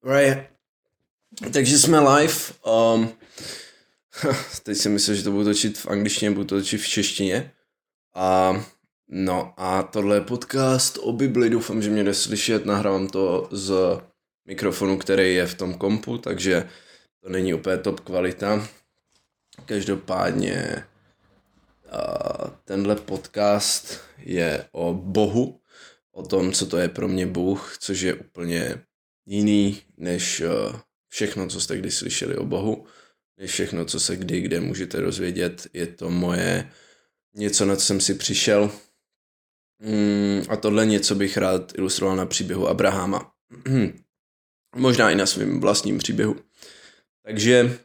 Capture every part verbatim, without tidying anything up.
Right. Takže jsme live. Um, teď si myslím, že to budu točit v angličtině, budu to točit v češtině. A, no a tohle je podcast o Bibli, doufám, že mě jde slyšet. Nahrávám to z mikrofonu, který je v tom kompu, takže to není úplně top kvalita. Každopádně uh, tenhle podcast je o Bohu, o tom, co to je pro mě Bůh, což je úplně jiný než uh, všechno, co jste kdy slyšeli o Bohu, než všechno, co se kdy, kde můžete dozvědět. Je to moje něco, na co jsem si přišel. Mm, a tohle něco bych rád ilustroval na příběhu Abrahama. Možná i na svém vlastním příběhu. Takže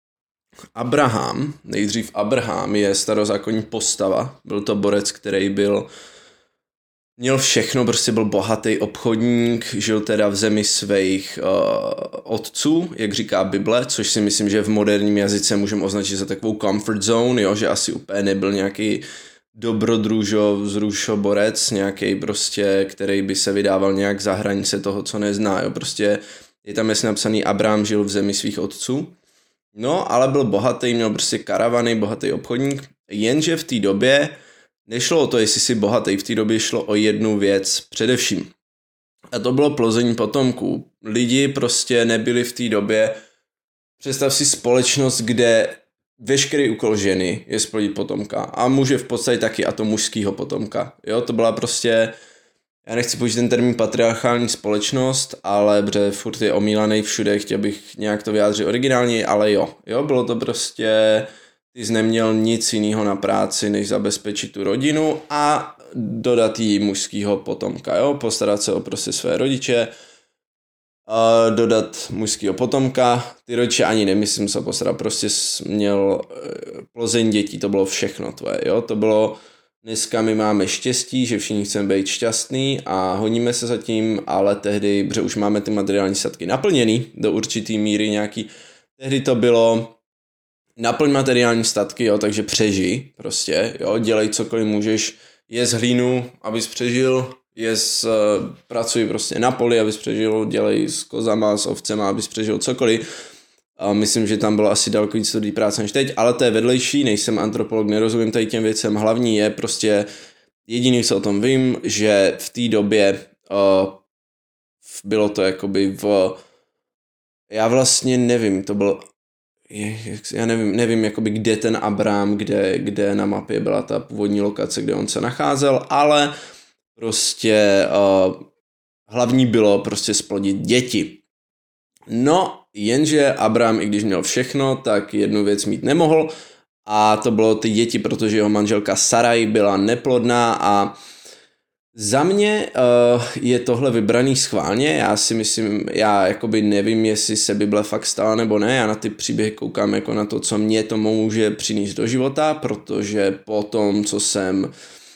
Abraham, nejdřív Abraham je starozákonní postava. Byl to borec, který byl Měl všechno, prostě byl bohatý obchodník, žil teda v zemi svých uh, otců, jak říká Bible, což si myslím, že v moderním jazyce můžeme označit za takovou comfort zone, jo, že asi úplně nebyl nějaký dobrodružoborec, nějaký prostě, který by se vydával nějak za hranice toho, co nezná, jo, prostě je tam jasně napsaný, Abraham žil v zemi svých otců, no, ale byl bohatý, měl prostě karavany, bohatý obchodník, jenže v té době nešlo o to, jestli jsi bohatý, v té době šlo o jednu věc především. A to bylo plození potomků. Lidi prostě nebyli v té době, představ si společnost, kde veškerý úkol ženy je splodit potomka. A muže v podstatě taky, a to mužskýho potomka. Jo, to byla prostě, já nechci použít ten termín patriarchální společnost, ale protože furt je omílanej všude, chtěl bych nějak to vyjádřit originálně, ale jo. Jo, bylo to prostě, ty jsi neměl nic jiného na práci, než zabezpečit tu rodinu a dodat jí mužskýho potomka, jo, postarat se o prostě své rodiče, a dodat mužskýho potomka, ty rodiče ani nemyslím se postarat, prostě měl plození dětí, to bylo všechno tvoje, jo, to bylo, dneska my máme štěstí, že všichni chceme být šťastný a honíme se za tím, ale tehdy, protože už máme ty materiální statky naplněný do určitý míry nějaký, tehdy to bylo naplň materiální statky, jo, takže přežij prostě, jo, dělej cokoliv můžeš, jez hlínu, abys přežil, jez, uh, pracuj prostě na poli, abys přežil, dělej s kozama, s ovcema, abys přežil cokoliv. A myslím, že tam bylo asi daleko víc tvrdý práce než teď, ale to je vedlejší, nejsem antropolog, nerozumím tady těm věcem, hlavní je prostě, jediný, co o tom vím, že v té době uh, bylo to jakoby v, já vlastně nevím, to bylo Je, já nevím, nevím jakoby kde ten Abraham, kde, kde na mapě byla ta původní lokace, kde on se nacházel, ale prostě uh, hlavní bylo prostě splodit děti. No, jenže Abraham, i když měl všechno, tak jednu věc mít nemohl a to bylo ty děti, protože jeho manželka Saraj byla neplodná a za mě uh, je tohle vybraný schválně, já si myslím, já jakoby nevím, jestli se Bible fakt stala nebo ne, já na ty příběhy koukám jako na to, co mě to může přinést do života, protože po tom, co jsem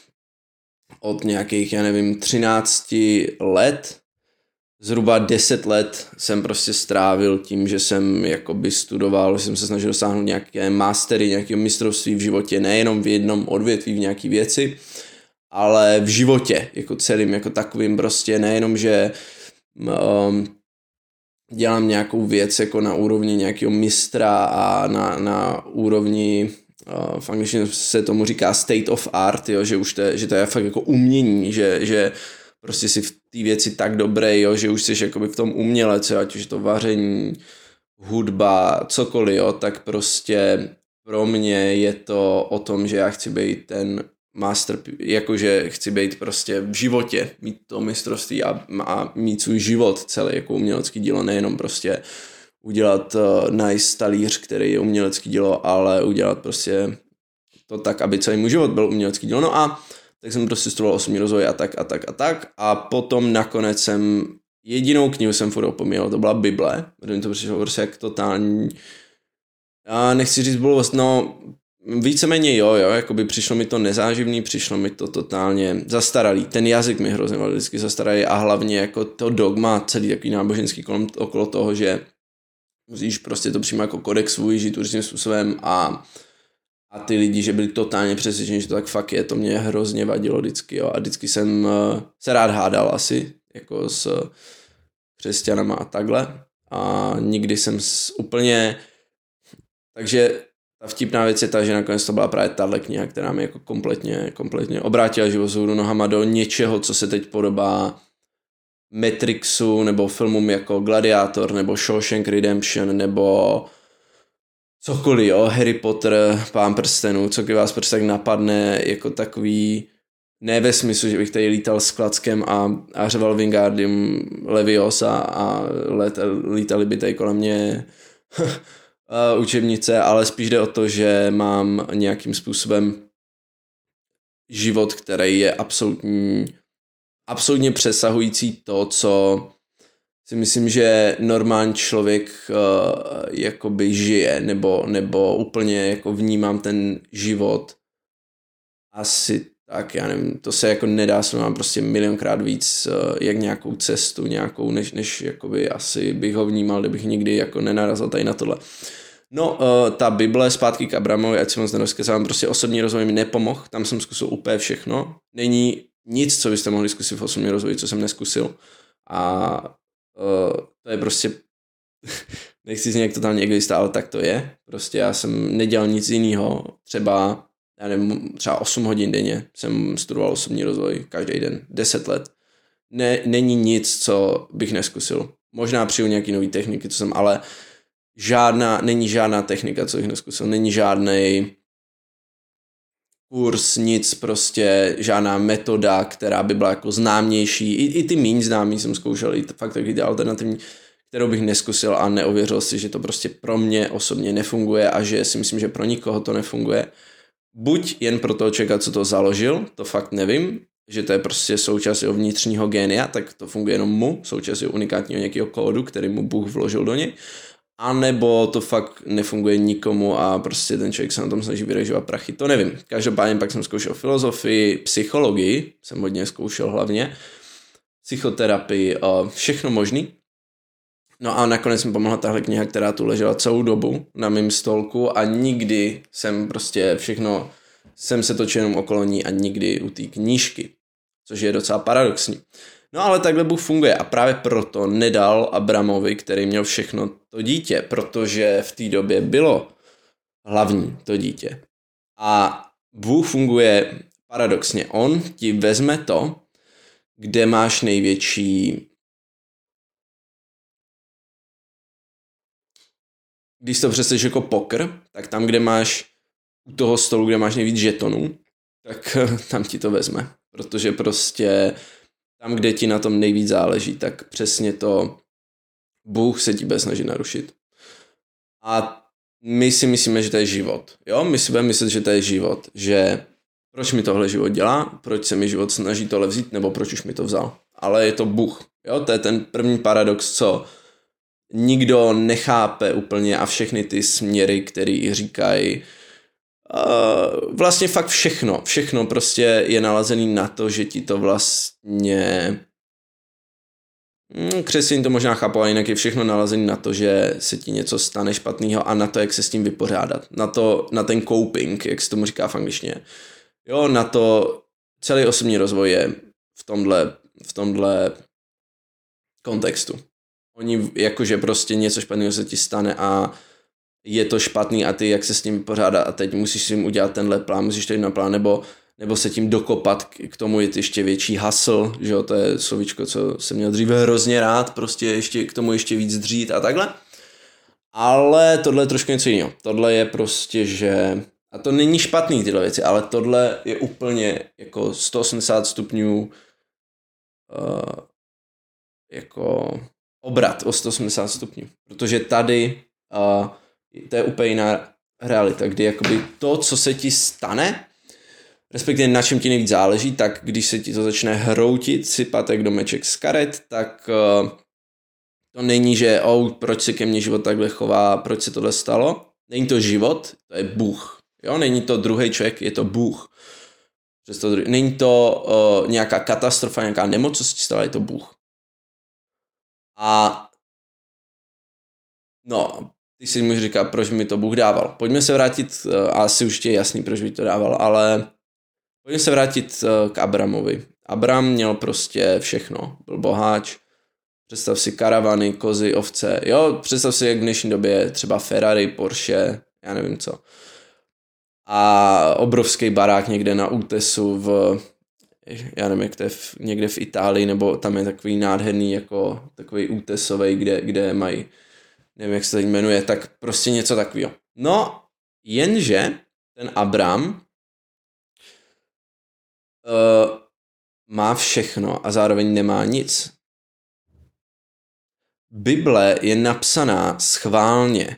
od nějakých, já nevím, třinácti let, zhruba deset let jsem prostě strávil tím, že jsem jakoby studoval, že jsem se snažil dosáhnout nějaké mastery, nějaké mistrovství v životě, nejenom v jednom odvětví, v nějaké věci, ale v životě, jako celým, jako takovým prostě, nejenom, že um, dělám nějakou věc jako na úrovni nějakého mistra a na, na úrovni, uh, v angličtině se tomu říká state of art, jo, že už to je, že to je fakt jako umění, že, že prostě si v té věci tak dobré, jo, že už jsi jakoby v tom umělec, ať už je to vaření, hudba, cokoliv, jo, tak prostě pro mě je to o tom, že já chci být ten master, jakože chci být prostě v životě, mít to mistrovství a, a mít svůj život celý jako umělecký dílo, nejenom prostě udělat uh, nice talíř, který je umělecký dílo, ale udělat prostě to tak, aby celý můj život byl umělecký dílo. No a tak jsem prostě studoval osobní rozvoj a tak a tak a tak a potom nakonec jsem, jedinou knihu jsem furt opomíjel, to byla Bible, protože mi to přišlo prostě jak totální, já nechci říct blbost, no víceméně jo, jo, jakoby přišlo mi to nezáživný, přišlo mi to totálně zastaralý, ten jazyk mi hrozně vždycky zastaralý a hlavně jako to dogma, celý takový náboženský kolem, okolo toho, že musíš prostě to přímo jako kodex svůj žít určitým způsobem a, a ty lidi, že byli totálně přesvědčeni, že to tak fakt je, to mě hrozně vadilo vždycky, jo, a vždycky jsem uh, se rád hádal asi, jako s křesťanama a takhle. a nikdy jsem s, úplně, takže ta vtipná věc je ta, že nakonec to byla právě tahle kniha, která mi jako kompletně, kompletně obrátila život z hůru nohama do něčeho, co se teď podobá Matrixu, nebo filmům jako Gladiátor, nebo Shawshank Redemption, nebo cokoliv, jo, Harry Potter, Pán prstenů, cokoliv vás prostě tak napadne, jako takový, ne ve smyslu, že bych tady lítal s klackem a, a řeval Wingardium Leviosa a let, lítali by tady kolem mě učebnice, ale spíš jde o to, že mám nějakým způsobem život, který je absolutní, absolutně přesahující to, co si myslím, že normální člověk uh, jakoby žije, nebo, nebo úplně jako vnímám ten život asi tak, já nevím, to se jako nedá srovnat prostě milionkrát víc, uh, jak nějakou cestu, nějakou, než, než jakoby asi bych ho vnímal, kdybych nikdy jako nenarazil tady na tohle. No, uh, ta Bible Zpátky k Abramovi, ať si moc nedosказám, prostě osobní rozvoj mi nepomohl, tam jsem zkusil úplně všechno. Není nic, co byste mohli zkusit v osobním rozvoji, co jsem neskusil. A uh, to je prostě, nechci nějak totálně egoista, ale tak to je. Prostě já jsem nedělal nic jiného, třeba, já nevím, třeba osm hodin denně jsem studoval osobní rozvoj, každý den, deset let. Ne, není nic, co bych neskusil. Možná přijdu nějaký nový techniky, co jsem, ale žádná, není žádná technika, co bych neskusil, není žádnej kurz, nic prostě, žádná metoda, která by byla jako známější, i, i ty míň známý jsem zkoušel, i fakt taky alternativní, kterou bych neskusil a neověřil si, že to prostě pro mě osobně nefunguje a že si myslím, že pro nikoho to nefunguje. Buď jen pro toho člověka, co to založil, to fakt nevím, že to je prostě součást jeho vnitřního génia, tak to funguje jenom mu, součást jeho unikátního nějakého kódu, který mu Bůh vložil do něj. A nebo to fakt nefunguje nikomu a prostě ten člověk se na tom snaží vyražovat prachy, to nevím. Každopádně pak jsem zkoušel filozofii, psychologii, jsem hodně zkoušel hlavně, psychoterapii, všechno možný. No a nakonec mi pomohla tahle kniha, která tu ležela celou dobu na mém stolku a nikdy jsem prostě všechno, jsem se točil jenom okolo ní a nikdy u té knížky, což je docela paradoxní. No ale takhle Bůh funguje a právě proto nedal Abramovi, který měl všechno, to dítě, protože v té době bylo hlavní to dítě. A Bůh funguje paradoxně. On ti vezme to, kde máš největší, když to představíš jako poker, tak tam, kde máš u toho stolu, kde máš nejvíc žetonů, tak tam ti to vezme. Protože prostě tam, kde ti na tom nejvíc záleží, tak přesně to Bůh se ti bude snažit narušit. A my si myslíme, že to je život. Jo, my si budeme myslet, že to je život. Že proč mi tohle život dělá, proč se mi život snaží tohle vzít, nebo proč už mi to vzal. Ale je to Bůh. Jo, to je ten první paradox, co nikdo nechápe úplně a všechny ty směry, které říkají, Uh, vlastně fakt všechno, všechno prostě je nalazený na to, že ti to vlastně, hmm, křesťané to možná chápou, ale jinak je všechno nalazený na to, že se ti něco stane špatného a na to, jak se s tím vypořádat, na to, na ten coping, jak se tomu říká v angličtině, jo, na to celý osobní rozvoj je v tomhle, v tomhle kontextu. Oni jakože prostě něco špatného se ti stane a je to špatný a ty jak se s tím vypořádat a teď musíš si jim udělat tenhle plán, musíš to jít na plán, nebo, nebo se tím dokopat, k tomu je ještě větší hustle, že jo, to je slovíčko, co jsem měl dříve hrozně rád, prostě ještě k tomu ještě víc dřít a takhle. Ale tohle je trošku něco jiného. Tohle je prostě, že, a to není špatný tyhle věci, ale tohle je úplně jako sto osmdesát stupňů uh, jako obrat o sto osmdesát stupňů, protože tady uh, to je úplně jiná realita, kdy jakoby to, co se ti stane, respektive na čem ti nejvíc záleží, tak když se ti to začne hroutit, sypat jak domeček z karet, tak uh, to není, že oh, proč se ke mně život takhle chová, proč se tohle stalo. Není to život, to je Bůh. Jo? Není to druhý člověk, je to Bůh. To druhý. Není to uh, nějaká katastrofa, nějaká nemoc, co se ti stala, je to Bůh. A no, ty si můžeš říkat, proč mi to Bůh dával. Pojďme se vrátit, a asi už je jasný, proč mi to dával, ale pojďme se vrátit k Abramovi. Abram měl prostě všechno. Byl boháč, Představ si karavany, kozy, ovce, jo, představ si, jak v dnešní době třeba Ferrari, Porsche, já nevím co. A obrovský barák někde na útesu v, já nevím, jak to je, v, někde v Itálii, nebo tam je takový nádherný, jako takový útesový, kde, kde mají, nevím, jak se to jmenuje, tak prostě něco takového. No, jenže ten Abram uh, má všechno a zároveň nemá nic. Bible je napsaná schválně.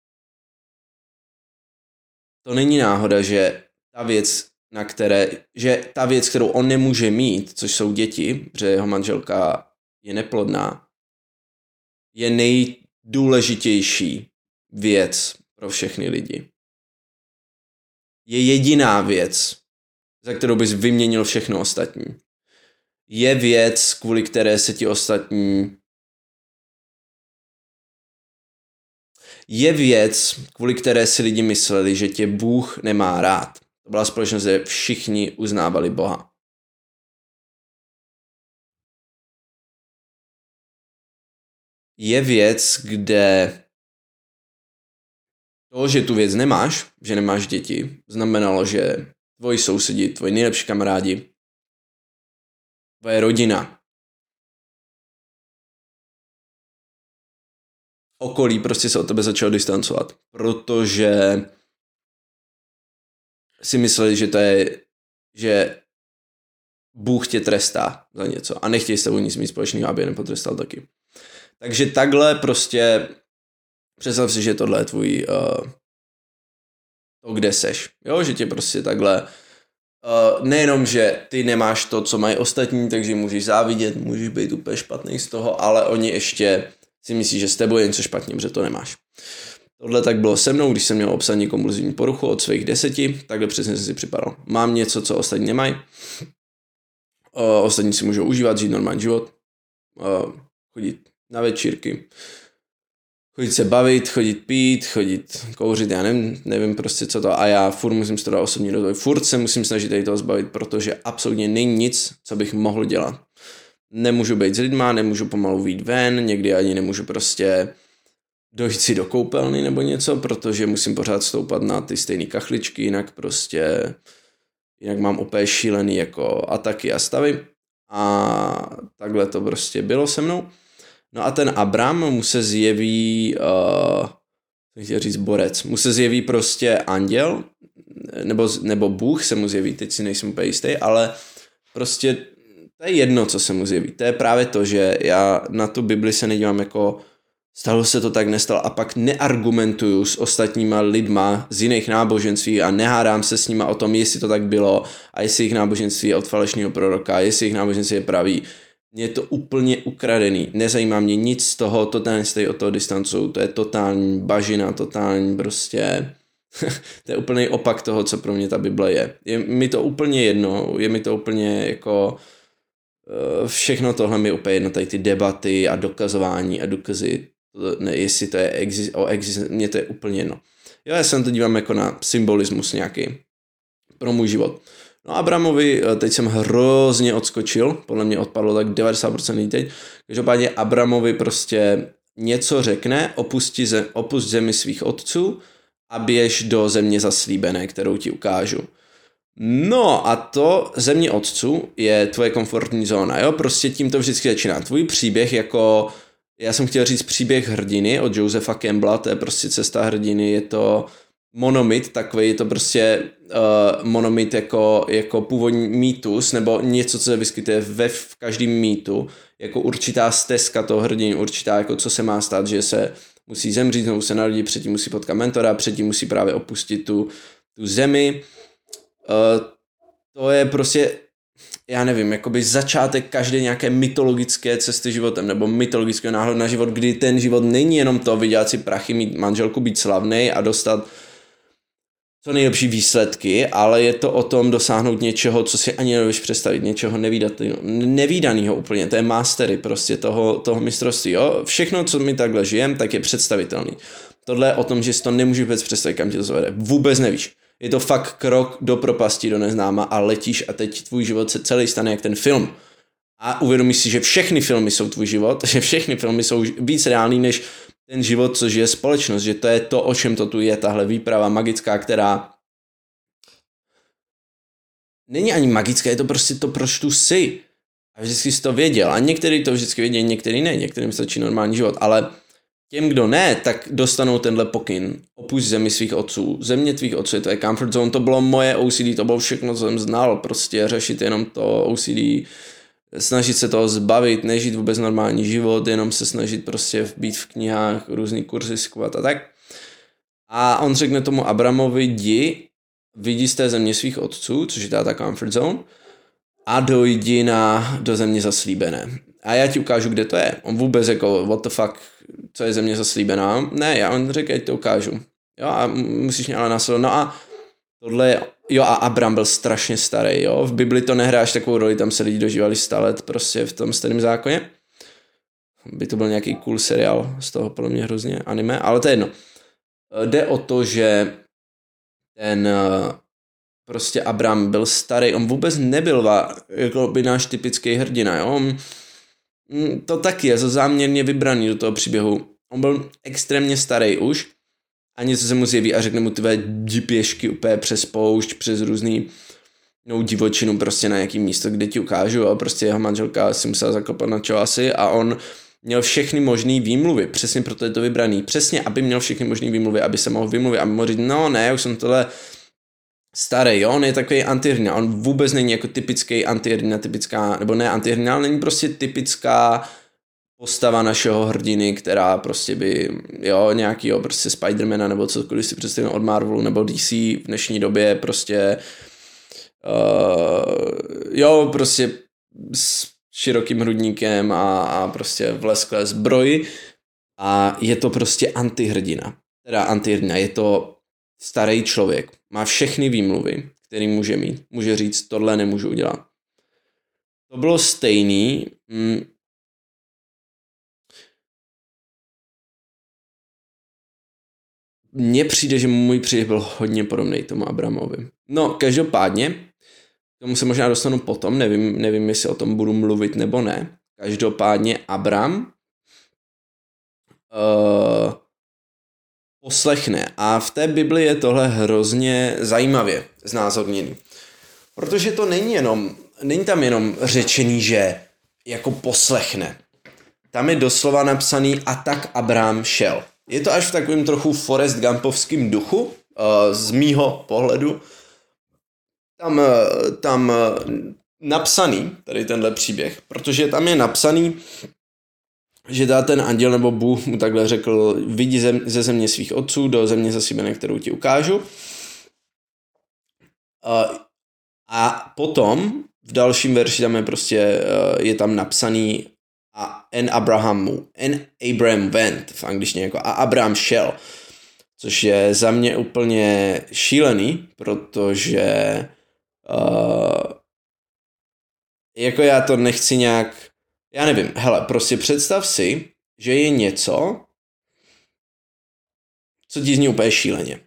To není náhoda, že ta věc, na které, že ta věc, kterou on nemůže mít, což jsou děti, protože jeho manželka je neplodná, je nejdůležitější věc pro všechny lidi. Je jediná věc, za kterou bys vyměnil všechno ostatní. Je věc, kvůli které se ti ostatní... Je věc, kvůli které si lidi mysleli, že tě Bůh nemá rád. To byla společnost, kde všichni uznávali Boha. Je věc, kde to, že tu věc nemáš, že nemáš děti, znamenalo, že tvoji sousedi, tvoji nejlepší kamarádi, tvoje rodina, okolí prostě se od tebe začalo distancovat, protože si mysleli, že to je, že Bůh tě trestá za něco a nechtějí s tebou nic mít společného, aby je nepotrestal taky. Takže takhle prostě představ si, že tohle je tvůj uh, to, kde seš. Jo, že tě prostě takhle uh, nejenom, že ty nemáš to, co mají ostatní, takže můžeš závidět, můžeš být úplně špatný z toho, ale oni ještě si myslí, že s tebou je něco špatně, protože to nemáš. Tohle tak bylo se mnou, když jsem měl obsadní kompulzivní poruchu od svých deseti, takhle přesně jsem si připadal. Mám něco, co ostatní nemají. Uh, ostatní si můžou užívat, žít normální život, uh, chodit na večírky, chodit se bavit, chodit pít, chodit kouřit, já nevím, nevím prostě co to, a já furt musím studovat osobní rozvoj, furt se musím snažit tady toho zbavit, protože absolutně není nic, co bych mohl dělat. Nemůžu být s lidma, nemůžu pomalu vyjít ven, někdy ani nemůžu prostě dojít si do koupelny nebo něco, protože musím pořád stoupat na ty stejné kachličky, jinak prostě, jinak mám úplně šílený jako ataky a stavy a takhle to prostě bylo se mnou. No a ten Abram mu se zjeví, uh, chtěl říct borec, mu se zjeví prostě anděl, nebo, nebo Bůh se mu zjeví, teď si nejsem úplně jistý, ale prostě to je jedno, co se mu zjeví. To je právě to, že já na tu Bibli se nedívám jako stalo se to tak, nestalo a pak neargumentuju s ostatníma lidma z jiných náboženství a nehádám se s nima o tom, jestli to tak bylo a jestli jejich náboženství je od falešného proroka, jestli jejich náboženství je pravý. Mně je to úplně ukradený, nezajímá mě nic z toho, totálně stojí od toho distancu, to je totální bažina, totální prostě, to je úplný opak toho, co pro mě ta Bible je. Je mi to úplně jedno, je mi to úplně jako, všechno tohle mi je úplně jedno, tady ty debaty a dokazování a důkazy, ne, jestli to je exist, o exist, mně to je úplně jedno. Jo, já se na to dívám jako na symbolismus nějaký pro můj život. No Abramovi, teď jsem hrozně odskočil, podle mě odpadlo tak devadesát procent teď, každopádně Abramovi prostě něco řekne, opusti zem, opust zemi svých otců a běž do země zaslíbené, kterou ti ukážu. No a to země otců je tvoje komfortní zóna, jo, prostě tím to vždycky začíná. Tvůj příběh jako, já jsem chtěl říct příběh hrdiny od Josepha Campbella, to je prostě cesta hrdiny, je to monomyt takový, je to prostě uh, monomyt jako, jako původní mýtus, nebo něco, co se vyskytuje ve v každém mýtu, jako určitá stezka toho hrdiny, určitá, jako co se má stát, že se musí zemřít, znovu se narodit, předtím musí potkat mentora, předtím musí právě opustit tu, tu zemi. Uh, to je prostě, já nevím, jakoby začátek každé nějaké mytologické cesty životem, nebo mytologického náhledu na život, kdy ten život není jenom to vydělat si prachy, mít manželku, být slavnej a dostat co nejlepší výsledky, ale je to o tom dosáhnout něčeho, co si ani nedovíš představit, něčeho nevídaného úplně, to je mastery prostě toho, toho mistrovství, jo. Všechno, co my takhle žijem, tak je představitelný. Tohle je o tom, že si to nemůžeš vůbec představit, kam tě to zavede. Vůbec nevíš. Je to fakt krok do propasti, do neznáma a letíš a teď tvůj život se celý stane jak ten film. a uvědomíš si, že všechny filmy jsou tvůj život, že všechny filmy jsou víc reální než ten život, co žije společnost, že to je to, o čem to tu je, tahle výprava magická, která není ani magická, je to prostě to, proč tu jsi. A vždycky jsi to věděl. A některý to vždycky vědějí, některý ne, některým stačí normální život, ale těm, kdo ne, tak dostanou tenhle pokyn. Opušť zemi svých otců. Země tvých otců je tvoje comfort zone. To bylo moje O C D, to bylo všechno, co jsem znal. Prostě řešit jenom to O C D, snažit se toho zbavit, nežít vůbec normální život, jenom se snažit prostě být v knihách, různý kurzy skovat a tak. A on řekne tomu Abramovi, jdi, vidí z té země svých otců, což je ta comfort zone, a dojdi na, do země zaslíbené. A já ti ukážu, kde to je. On vůbec jako, what the fuck, co je země zaslíbená? Ne, já on řekl, já ti to ukážu. Jo, a musíš mě ale následovat. No a tohle, jo, a Abram byl strašně starý, jo. V Bibli to nehráš takovou roli, tam se lidi dožívali sto let prostě v tom starém zákoně. By to byl nějaký cool seriál, z toho podle mě hrozně anime, ale to je jedno. Jde o to, že ten prostě Abram byl starý, on vůbec nebyl jako by náš typický hrdina, jo. On, to taky je, to záměrně vybraný do toho příběhu. On byl extrémně starý už a něco se mu zjeví a řekne mu tvé jdi pěšky úplně přes poušť, přes různý no, divočinu prostě na nějaký místo, kde ti ukážu, jo. Prostě jeho manželka si musela zaklepat na čelo asi a on měl všechny možný výmluvy, přesně proto je to vybraný, přesně, aby měl všechny možný výmluvy, aby se mohl vymluvit, aby mohl říct, no ne, už jsem tohle starý, jo, on je takový antihrdina, on vůbec není jako typický antihrdina, typická, nebo ne antihrdina, ale není prostě typická postava našeho hrdiny, která prostě by, jo, nějakýho prostě Spidermana, nebo cokoliv si představíme od Marvelu, nebo D C v dnešní době, prostě uh, jo, prostě s širokým hrudníkem a, a prostě v lesklé zbroji a je to prostě antihrdina, teda antihrdina, je to starý člověk, má všechny výmluvy, který může mít. Může říct, tohle nemůžu udělat. To bylo stejný. Mm. Mně přijde, že můj příběh byl hodně podobný tomu Abramovi. No, každopádně, k tomu se možná dostanu potom, nevím, nevím, jestli o tom budu mluvit nebo ne. Každopádně Abram uh, poslechne. A v té Bibli je tohle hrozně zajímavě znázorněný. Protože to není jenom, není tam jenom řečený, že jako poslechne. Tam je doslova napsaný a tak Abrám šel. Je to až v takovém trochu Forrest Gumpovském duchu, uh, z mýho pohledu. Tam, uh, tam uh, napsaný, tady tenhle příběh, protože tam je napsaný, že dá ten anděl nebo Bůh mu takhle řekl, vyjdi zem, ze země svých otců do země zaslíbené, kterou ti ukážu. Uh, a potom v dalším verši tam je prostě, uh, je tam napsaný a and Abrahamu, and Abraham went, v angličtině jako a Abraham šel, což je za mě úplně šílený, protože uh, jako já to nechci nějak, já nevím, hele, prostě představ si, že je něco, co ti zní úplně šíleně.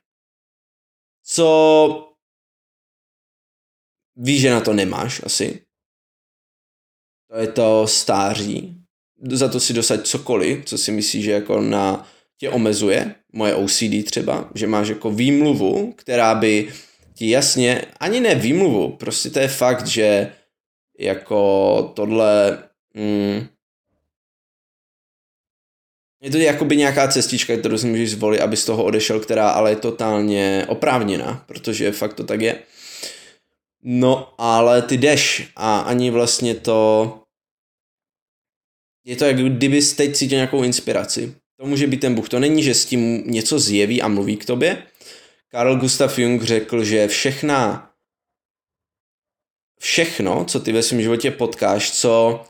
Co víš, že na to nemáš asi. To je to stáří. Za to si dosaď cokoliv, co si myslíš, že jako na tě omezuje. Moje O C D třeba, že máš jako výmluvu, která by ti jasně, ani ne výmluvu, prostě to je fakt, že jako tohle mm, je to jakoby nějaká cestička, kterou si můžeš zvolit, aby z toho odešel, která ale je totálně oprávněná, protože fakt to tak je. No, ale ty jdeš a ani vlastně to je to, jak kdyby teď cítil nějakou inspiraci. To může být ten Bůh. To není, že s tím něco zjeví a mluví k tobě. Carl Gustav Jung řekl, že všechna všechno, co ty ve svém životě potkáš, co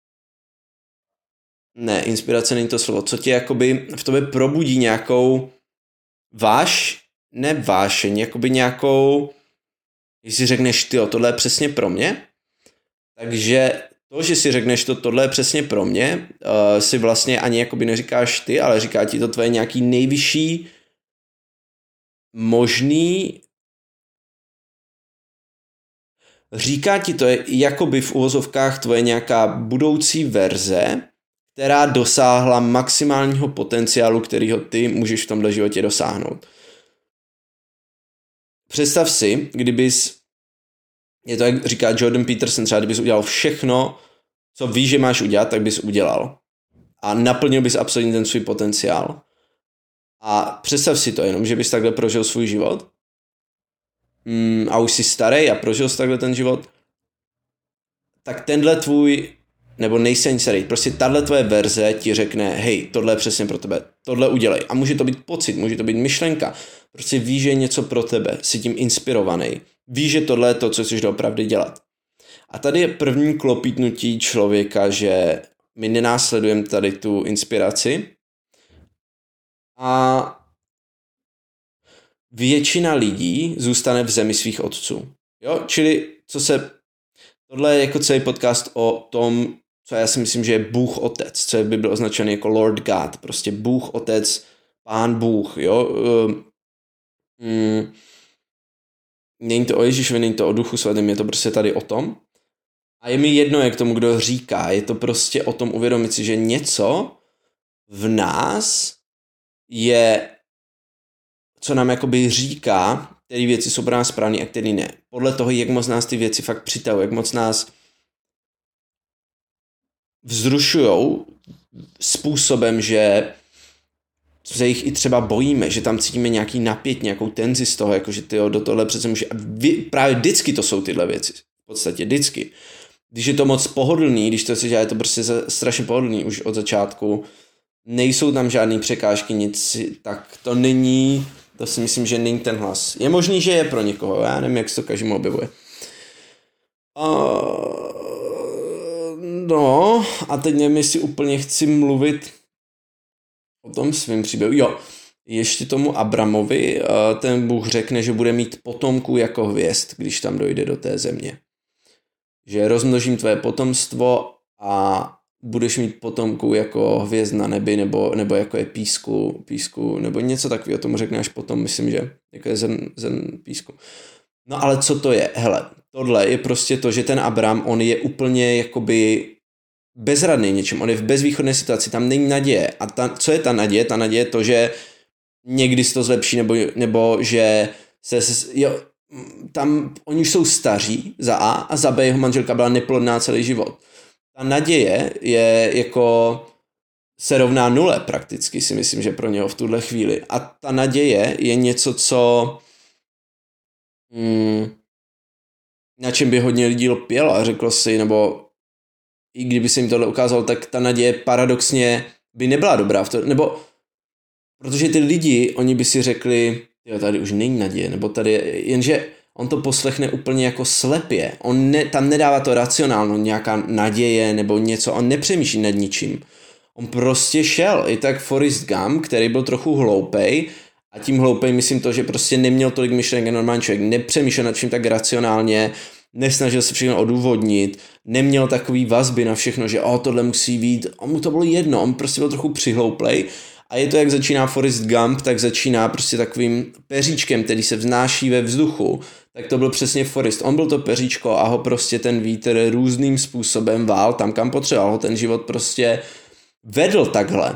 ne, inspirace není to slovo, co tě jakoby v tobě probudí nějakou váš, ne vášeň, jakoby nějakou, jestli řekneš, tyjo, tohle je přesně pro mě, takže to, že si řekneš to, tohle je přesně pro mě, uh, si vlastně ani jakoby neříkáš ty, ale říká ti to tvoje nějaký nejvyšší možný říká ti to, je jakoby v uvozovkách tvoje nějaká budoucí verze, která dosáhla maximálního potenciálu, kterýho ty můžeš v tomhle životě dosáhnout. Představ si, kdybys, je to jak říká Jordan Peterson, třeba kdybys udělal všechno, co víš, že máš udělat, tak bys udělal. A naplnil bys absolutně ten svůj potenciál. A představ si to jenom, že bys takhle prožil svůj život. Mm, a už jsi starý a prožil jsi takhle ten život. Tak tenhle tvůj, nebo nejsi ani starý, prostě tahle tvoje verze ti řekne, hej, tohle je přesně pro tebe, tohle udělej. A může to být pocit, může to být myšlenka. Prostě víš, že je něco pro tebe, jsi tím inspirovaný. Víš, že tohle je to, co chceš doopravdy dělat. A tady je první klopítnutí člověka, že my nenásledujeme tady tu inspiraci a většina lidí zůstane v zemi svých otců. Jo? Čili, co se, tohle je jako celý podcast o tom, co já si myslím, že je Bůh Otec, co je v Bibli označený jako Lord God, prostě Bůh Otec, Pán Bůh, jo. Mm, není to o Ježíšovi, není to o Duchu Svatém, je to prostě tady o tom. A je mi jedno, jak tomu kdo říká, je to prostě o tom uvědomit si, že něco v nás je, co nám jakoby říká, které věci jsou pro nás správné a které ne. Podle toho, jak moc nás ty věci fakt přitahují, jak moc nás vzrušujou způsobem, že se jich i třeba bojíme, že tam cítíme nějaký napět, nějakou tenzi z toho, jakože tyjo, do tohle přece může... A vy, právě vždycky to jsou tyhle věci. V podstatě vždycky. Když je to moc pohodlný, když to se dělá, je to prostě strašně pohodlný už od začátku, nejsou tam žádný překážky, nic, tak to není, to si myslím, že není ten hlas. Je možný, že je pro někoho, já nevím, jak se to každému objevuje. Uh, no, a teď nevím, jestli úplně chci mluvit o tom svým příběhu. Jo, ještě tomu Abramovi, ten Bůh řekne, že bude mít potomků jako hvězd, když tam dojde do té země. Že rozmnožím tvé potomstvo a budeš mít potomků jako hvězd na nebi, nebo, nebo jako je písku, písku, nebo něco takového, tomu řekne až potom, myslím, že jako je zrn, zrn písku. No ale co to je? Hele, tohle je prostě to, že ten Abram, on je úplně jakoby bezradný něčem, on je v bezvýchodné situaci, tam není naděje. A ta, co je ta naděje? Ta naděje je to, že někdy se to zlepší, nebo, nebo že se, jo, tam oni už jsou staří, za A, a za B jeho manželka byla neplodná celý život. Ta naděje je jako se rovná nule prakticky, si myslím, že pro něho v tuhle chvíli. A ta naděje je něco, co mm, na čem by hodně lidí lpělo a řeklo si, nebo i kdyby se jim tohle ukázalo, tak ta naděje paradoxně by nebyla dobrá v to, nebo protože ty lidi, oni by si řekli, jo, tady už není naděje, nebo tady, jenže on to poslechne úplně jako slepě. On ne, tam nedává to racionálno, nějaká naděje nebo něco, on nepřemýšlí nad ničím. On prostě šel, i tak Forrest Gump, který byl trochu hloupej, a tím hloupej myslím to, že prostě neměl tolik myšlenek normální člověk, nepřemýšlel nad čím tak racionálně, nesnažil se všechno odůvodnit, neměl takový vazby na všechno, že o, tohle musí být, on mu to bylo jedno, on prostě byl trochu přihlouplej. A je to, jak začíná Forrest Gump, tak začíná prostě takovým peříčkem, který se vznáší ve vzduchu. Tak to byl přesně Forrest. On byl to peříčko a ho prostě ten vítr různým způsobem vál tam, kam potřeboval. Ho ten život prostě vedl takhle.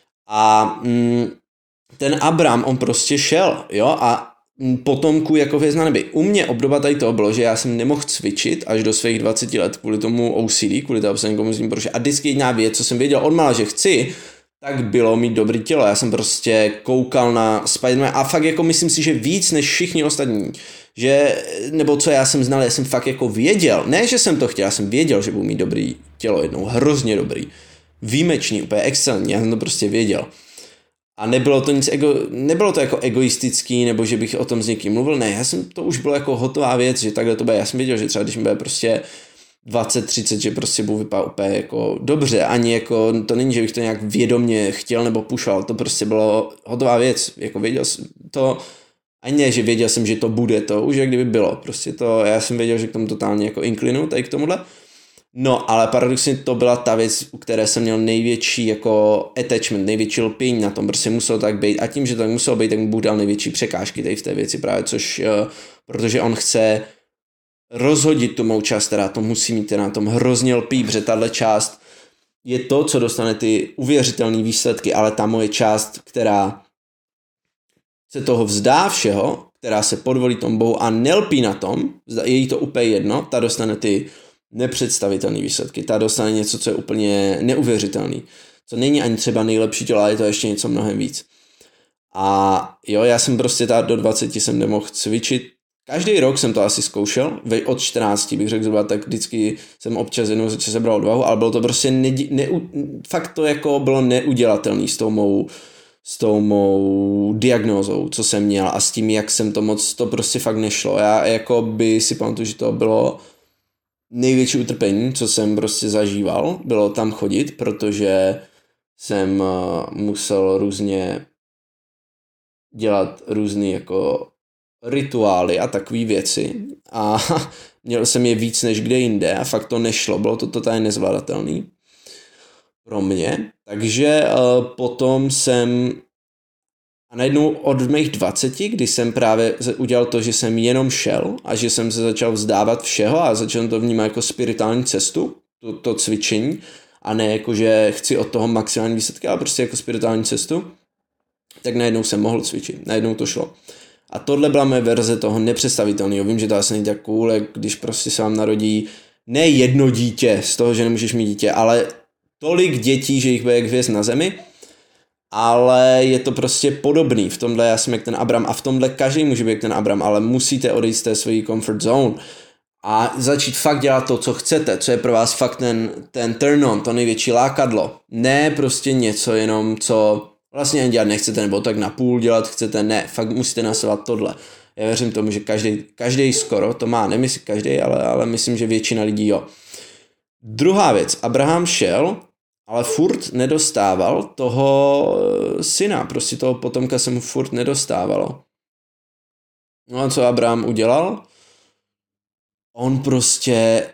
A mm, ten Abram, on prostě šel, jo, a potomku jako hvězd na nebi. U mě obdoba tady toho bylo, že já jsem nemohl cvičit až do svých dvaceti let kvůli tomu O C D, kvůli tomu jsem komunizmním prošel. A vždycky jediná věc, co jsem věděl odmala, že chci, tak bylo mít dobrý tělo. Já jsem prostě koukal na Spider-Man a fakt jako myslím si, že víc než všichni ostatní. Že, nebo co já jsem znal, já jsem fakt jako věděl. Ne, že jsem to chtěl, já jsem věděl, že budu mít dobrý tělo jednou. Hrozně dobrý. Výjimečný, úplně excelentní. Já jsem to prostě věděl. A nebylo to nic ego, nebylo to jako egoistický, nebo že bych o tom s někým mluvil. Ne, já jsem, to už bylo jako hotová věc, že takhle to bude. Já jsem věděl, že třeba když mi bude prostě dvacet třicet, že prostě budu vypadat úplně jako dobře, ani jako, to není, že bych to nějak vědomě chtěl nebo pušoval, to prostě bylo hotová věc, jako věděl jsem to, ani ne, že věděl jsem, že to bude, to už jak kdyby bylo, prostě to, já jsem věděl, že k tomu totálně jako inklinu, tady k tomuhle, no, ale paradoxně to byla ta věc, u které jsem měl největší jako attachment, největší lpění na tom, prostě muselo tak být a tím, že to tak muselo být, tak mu Bůh dal největší překážky tady v té věci právě, což, protože on chce rozhodit tu mou část, která to musí mít, na tom hrozně lpí, protože tahle část je to, co dostane ty uvěřitelné výsledky, ale ta moje část, která se toho vzdá všeho, která se podvolí tomu Bohu a nelpí na tom, je jí to úplně jedno, ta dostane ty nepředstavitelné výsledky, ta dostane něco, co je úplně neuvěřitelný, co není ani třeba nejlepší tělo, ale je to ještě něco mnohem víc. A jo, já jsem prostě tady do dvaceti jsem nemohl cvičit. Každý rok jsem to asi zkoušel, od čtrnácti bych řekl zhruba, tak vždycky jsem občas jednou za čas sebral odvahu, ale bylo to prostě, ne, ne, fakt to jako bylo neudělatelný s tou mou, s tou mou diagnózou, co jsem měl a s tím, jak jsem to moc, to prostě fakt nešlo. Já jako by si pamatuju, že to bylo největší utrpení, co jsem prostě zažíval, bylo tam chodit, protože jsem musel různě dělat různý jako rituály a takové věci a měl jsem je víc než kde jinde a fakt to nešlo, bylo to totálně nezvládatelný pro mě, takže uh, potom jsem a najednou od mých dvaceti, kdy jsem právě udělal to, že jsem jenom šel a že jsem se začal vzdávat všeho a začal to vnímat jako spirituální cestu, to, to cvičení a ne jako, že chci od toho maximální výsledky, ale prostě jako spirituální cestu, tak najednou jsem mohl cvičit, najednou to šlo. A tohle byla moje verze toho nepředstavitelného. Vím, že to asi není tak cool, jak když prostě se vám narodí ne jedno dítě z toho, že nemůžeš mít dítě, ale tolik dětí, že jich bude jak hvězd na zemi, ale je to prostě podobný. V tomhle já jsem jak ten Abram a v tomhle každý může být jak ten Abram, ale musíte odejít z té své comfort zone a začít fakt dělat to, co chcete, co je pro vás fakt ten, ten turn on, to největší lákadlo. Ne prostě něco jenom, co vlastně ani dělat nechcete, nebo tak na půl dělat chcete, ne, fakt musíte nasovat tohle. Já věřím tomu, že každý, každý skoro to má, nemyslím každý, ale, ale myslím, že většina lidí jo. Druhá věc, Abraham šel, ale furt nedostával toho syna, prostě toho potomka se mu furt nedostávalo. No a co Abraham udělal? On prostě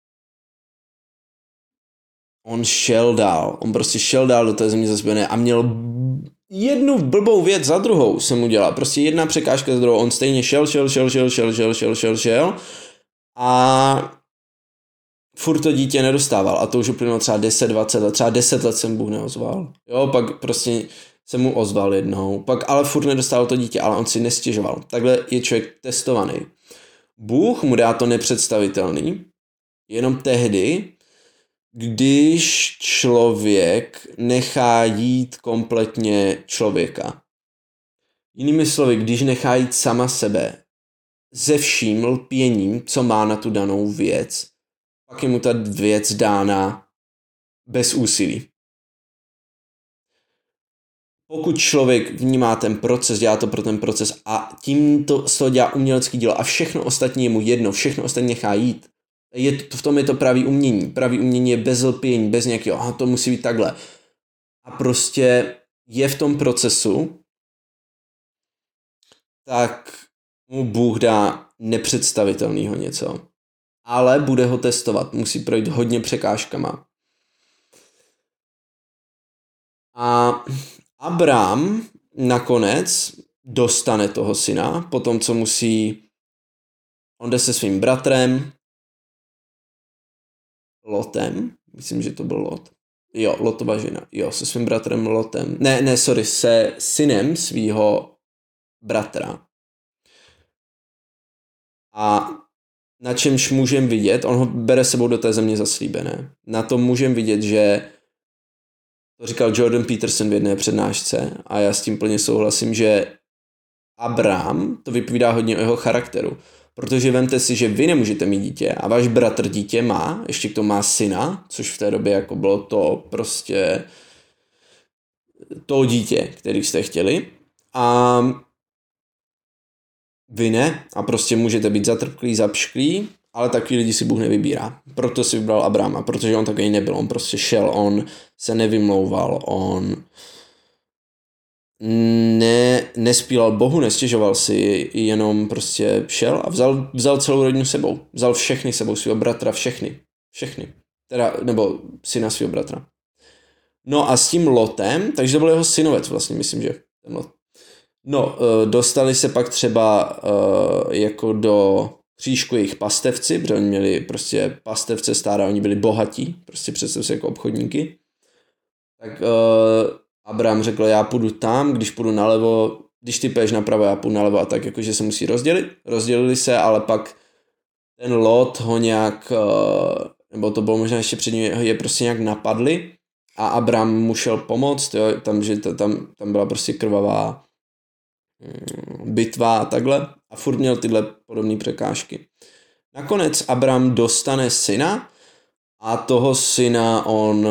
on šel dál, on prostě šel dál do té země zaslíbené a měl jednu blbou věc za druhou jsem udělal, prostě jedna překážka za druhou, on stejně šel, šel, šel, šel, šel, šel, šel, šel, šel a furt to dítě nedostával a to už uplynulo třeba deset dvacet let, třeba deset let jsem Bůh neozval, jo, pak prostě se mu ozval jednou, pak ale furt nedostával to dítě, ale on si nestěžoval, takhle je člověk testovaný. Bůh mu dá to nepředstavitelný, jenom tehdy, když člověk nechá jít kompletně člověka. Jinými slovy, když nechá jít sama sebe se vším lpěním, co má na tu danou věc, pak je mu ta věc dána bez úsilí. Pokud člověk vnímá ten proces, dělá to pro ten proces a tím to, z toho dělá umělecký dílo a všechno ostatní je mu jedno, všechno ostatní nechá jít, je to, v tom je to pravý umění. Pravý umění je bez lpění, bez nějakého, aha, to musí být takhle. A prostě je v tom procesu, tak mu Bůh dá nepředstavitelného něco. Ale bude ho testovat, musí projít hodně překážkama. A Abram nakonec dostane toho syna, potom co musí, on jde se svým bratrem, Lotem, myslím, že to byl Lot. Jo, Lotova žena. Jo, se svým bratrem Lotem. Ne, ne, sorry, se synem svýho bratra. A na čemž můžem vidět, on ho bere sebou do té země zaslíbené. Na tom můžem vidět, že to říkal Jordan Peterson v jedné přednášce a já s tím plně souhlasím, že Abraham, to vypovídá hodně o jeho charakteru. Protože vemte si, že vy nemůžete mít dítě a váš bratr dítě má, ještě k tomu má syna, což v té době jako bylo to prostě to dítě, který jste chtěli. A vy ne a prostě můžete být zatrpklí, zapšklí, ale takový lidi si Bůh nevybírá. Proto si vybral Abrahama, protože on takový nebyl, on prostě šel, on se nevymlouval, on ne, nespílal Bohu, nestěžoval si, jenom prostě šel a vzal, vzal celou rodinu sebou. Vzal všechny sebou, svého bratra, všechny. Všechny. Teda, nebo syna svého bratra. No a s tím Lotem, takže to byl jeho synovec vlastně, myslím, že ten Lot. No, dostali se pak třeba jako do křížku jejich pastevci, protože oni měli prostě pastevce stáda, oni byli bohatí, prostě představ si jako obchodníky. Tak uh, Abraham řekl, já půjdu tam, když půjdu nalevo, když ty půjdeš napravo, já půjdu nalevo a tak jakože se musí rozdělit. Rozdělili se, ale pak ten Lot ho nějak, uh, nebo to bylo možná ještě před ním, je prostě nějak napadli a Abraham mu šel pomoct, jo, tam, že to, tam, tam byla prostě krvavá um, bitva a takhle a furt měl tyhle podobné překážky. Nakonec Abraham dostane syna a toho syna on,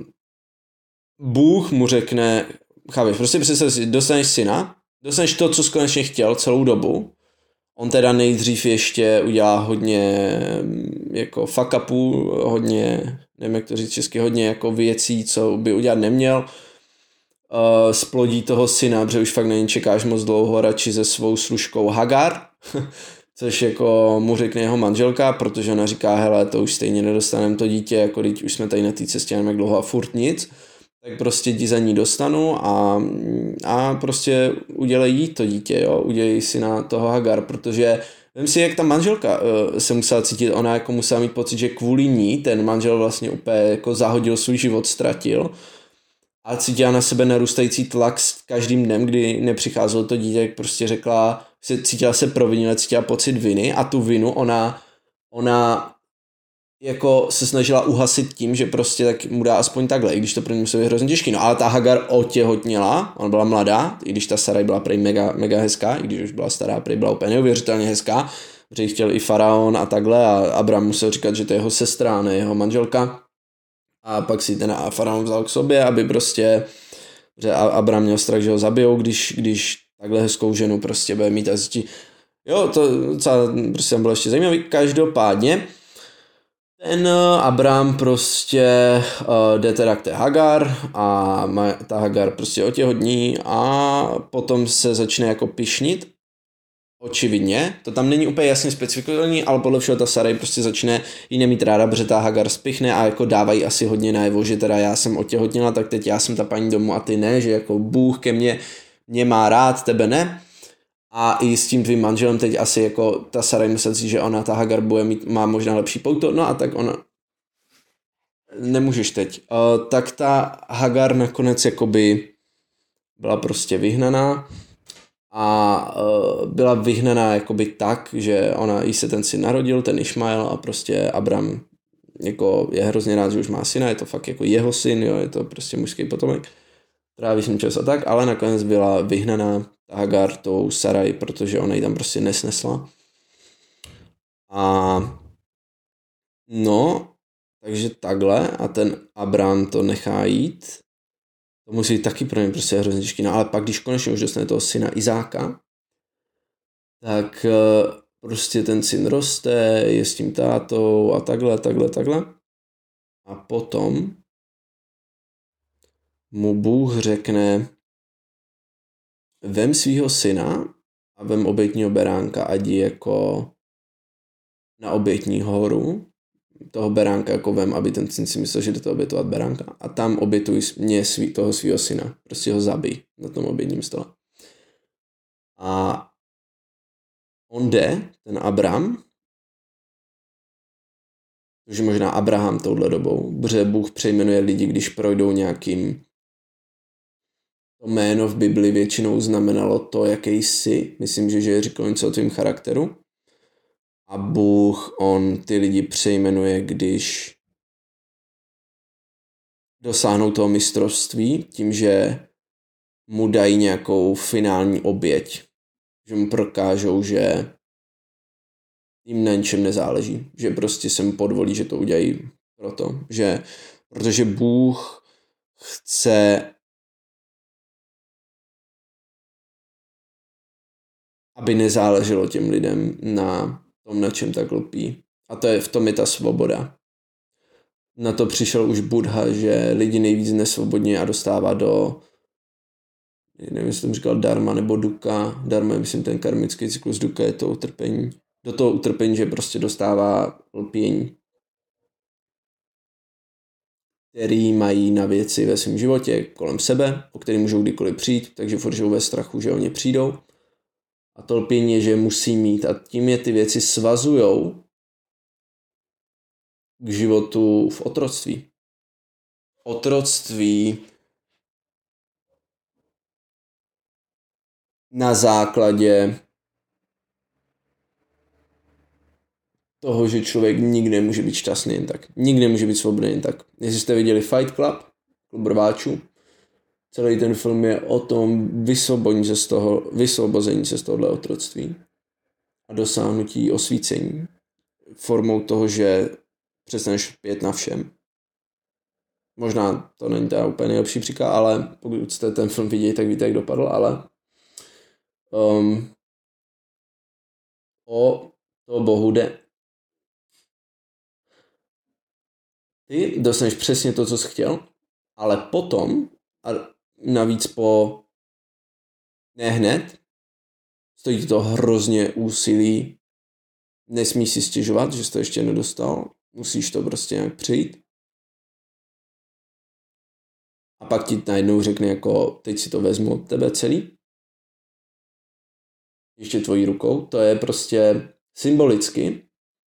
Bůh mu řekne, chápeš, prostě představ si, dostaneš syna, dostaneš to, co jsi konečně chtěl celou dobu, on teda nejdřív ještě udělá hodně jako fuck upů, hodně, nevím jak to říct česky, hodně jako věcí, co by udělat neměl, uh, splodí toho syna, protože už fakt na něj čekáš moc dlouho, radši se svou služkou Hagar, což jako mu řekne jeho manželka, protože ona říká, hele, to už stejně nedostaneme to dítě, jako teď už jsme tady na té cestě nevím jak dlouho a furt nic, tak prostě ti za ní dostanu a, a prostě udělej jí to dítě, jo, udělej si na toho Hagar, protože vím si, jak ta manželka uh, se musela cítit, ona jako musela mít pocit, že kvůli ní ten manžel vlastně úplně jako zahodil svůj život, ztratil a cítila na sebe narůstající tlak s každým dnem, kdy nepřicházelo to dítě, jak prostě řekla, cítila se provinile, cítila pocit viny a tu vinu ona, ona jako se snažila uhasit tím, že prostě tak mu dá aspoň takhle, i když to pro ní muselo být hrozně těžký. No ale ta Hagar otěhotněla, ona byla mladá, i když ta Sarai byla prej mega, mega hezká, i když už byla stará, prej byla úplně neuvěřitelně hezká, protože ji chtěl i faraon a takhle a Abram musel říkat, že to je jeho sestra, ne jeho manželka. A pak si ten faraon vzal k sobě, aby prostě, že Abram měl strach, že ho zabijou, když, když takhle hezkou ženu prostě bude mít a zjistí. Jo, to docela prostě bylo ještě zajímavý. Každopádně ten Abram prostě uh, jde teda k té Hagar a má, ta Hagar prostě otěhodní a potom se začne jako pyšnit. Očividně, to tam není úplně jasně specifikovaný, ale podle všeho ta Sarai prostě začne jí nemít ráda, protože ta Hagar spichne a jako dávají asi hodně najevo, že teda já jsem otěhotněla, tak teď já jsem ta paní domu a ty ne, že jako Bůh ke mně, mě má rád, tebe ne. A i s tím tvým manželem teď asi jako ta Sarai musela říct, že ona, ta Hagar bude mít, má možná lepší pouto, no a tak ona, nemůžeš teď. Uh, tak ta Hagar nakonec jakoby byla prostě vyhnaná a uh, byla vyhnaná jakoby tak, že ona, jí se ten syn narodil, ten Išmael a prostě Abram jako je hrozně rád, že už má syna, je to fakt jako jeho syn, jo, je to prostě mužský potomek, tráví s ním čas a tak, ale nakonec byla vyhnaná ta Hagar tou Sarai, protože ona ji tam prostě nesnesla. A no, takže takhle a ten Abram to nechá jít. To musí být taky pro ně prostě hrozně těžký. No ale pak, když konečně už dostane toho syna Izáka, tak prostě ten syn roste, je s tím tátou a takhle, takhle, takhle. A potom mu Bůh řekne, vem svýho syna a vem obětního beránka, ať je jako na obětní horu, toho beránka jako vem, aby ten syn si myslel, že jde to obětovat beránka a tam obětuj mě svý, toho svýho syna, prostě ho zabij na tom obětním stole. A on jde, ten Abram, což je možná Abraham touhle dobou, protože Bůh přejmenuje lidi, když projdou nějakým. To jméno v Bibli většinou znamenalo to, jaký jsi. Myslím, že, že je říkal něco o tvým charakteru. A Bůh, on ty lidi přejmenuje, když dosáhnou toho mistrovství, tím, že mu dají nějakou finální oběť. Že mu prokážou, že jim na ničem nezáleží. Že prostě se mu podvolí, že to udělají proto. Že, protože Bůh chce, aby nezáleželo těm lidem na tom, na čem tak lpí. A to je, v tom je ta svoboda. Na to přišel už Buddha, že lidi nejvíc nesvobodně a dostává do, nevím, jestli jsem říkal dharma nebo dukkha. Dharma je, myslím, ten karmický cyklus, dukkha je to utrpení. Do toho utrpení, že prostě dostává lpění, který mají na věci ve svém životě kolem sebe, o který můžou kdykoliv přijít, takže furt žijou ve strachu, že o ně přijdou. a to lpění je, že musí mít a tím je ty věci svazujou k životu v otroctví. Otroctví na základě toho, že člověk nikdy nemůže být šťastný jen tak. Nikdy nemůže být svobodný jen tak. Jestli jste viděli Fight Club, klub rváčů, celý ten film je o tom vysvobození se z toho, vysvobození se z tohohle otroctví a dosáhnutí osvícení formou toho, že přestaneš pět na všem. Možná to není ta úplně nejlepší příklad, ale pokud jste ten film viděli, tak víte, jak dopadl, ale um, o to Bohu jde. Ty dostaneš přesně to, co jsi chtěl, ale potom, a navíc po ne hned, stojí to hrozně úsilí, nesmíš si stěžovat, že jsi to ještě nedostal, musíš to prostě nějak přejít. A pak ti najednou řekne jako, teď si to vezmu od tebe celý, ještě tvojí rukou, to je prostě symbolicky.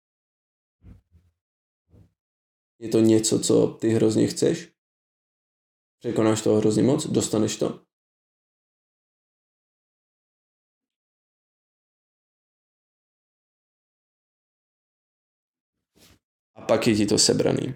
Je to něco, co ty hrozně chceš, překonáš toho hrozně moc, dostaneš to. A pak je ti to sebraný.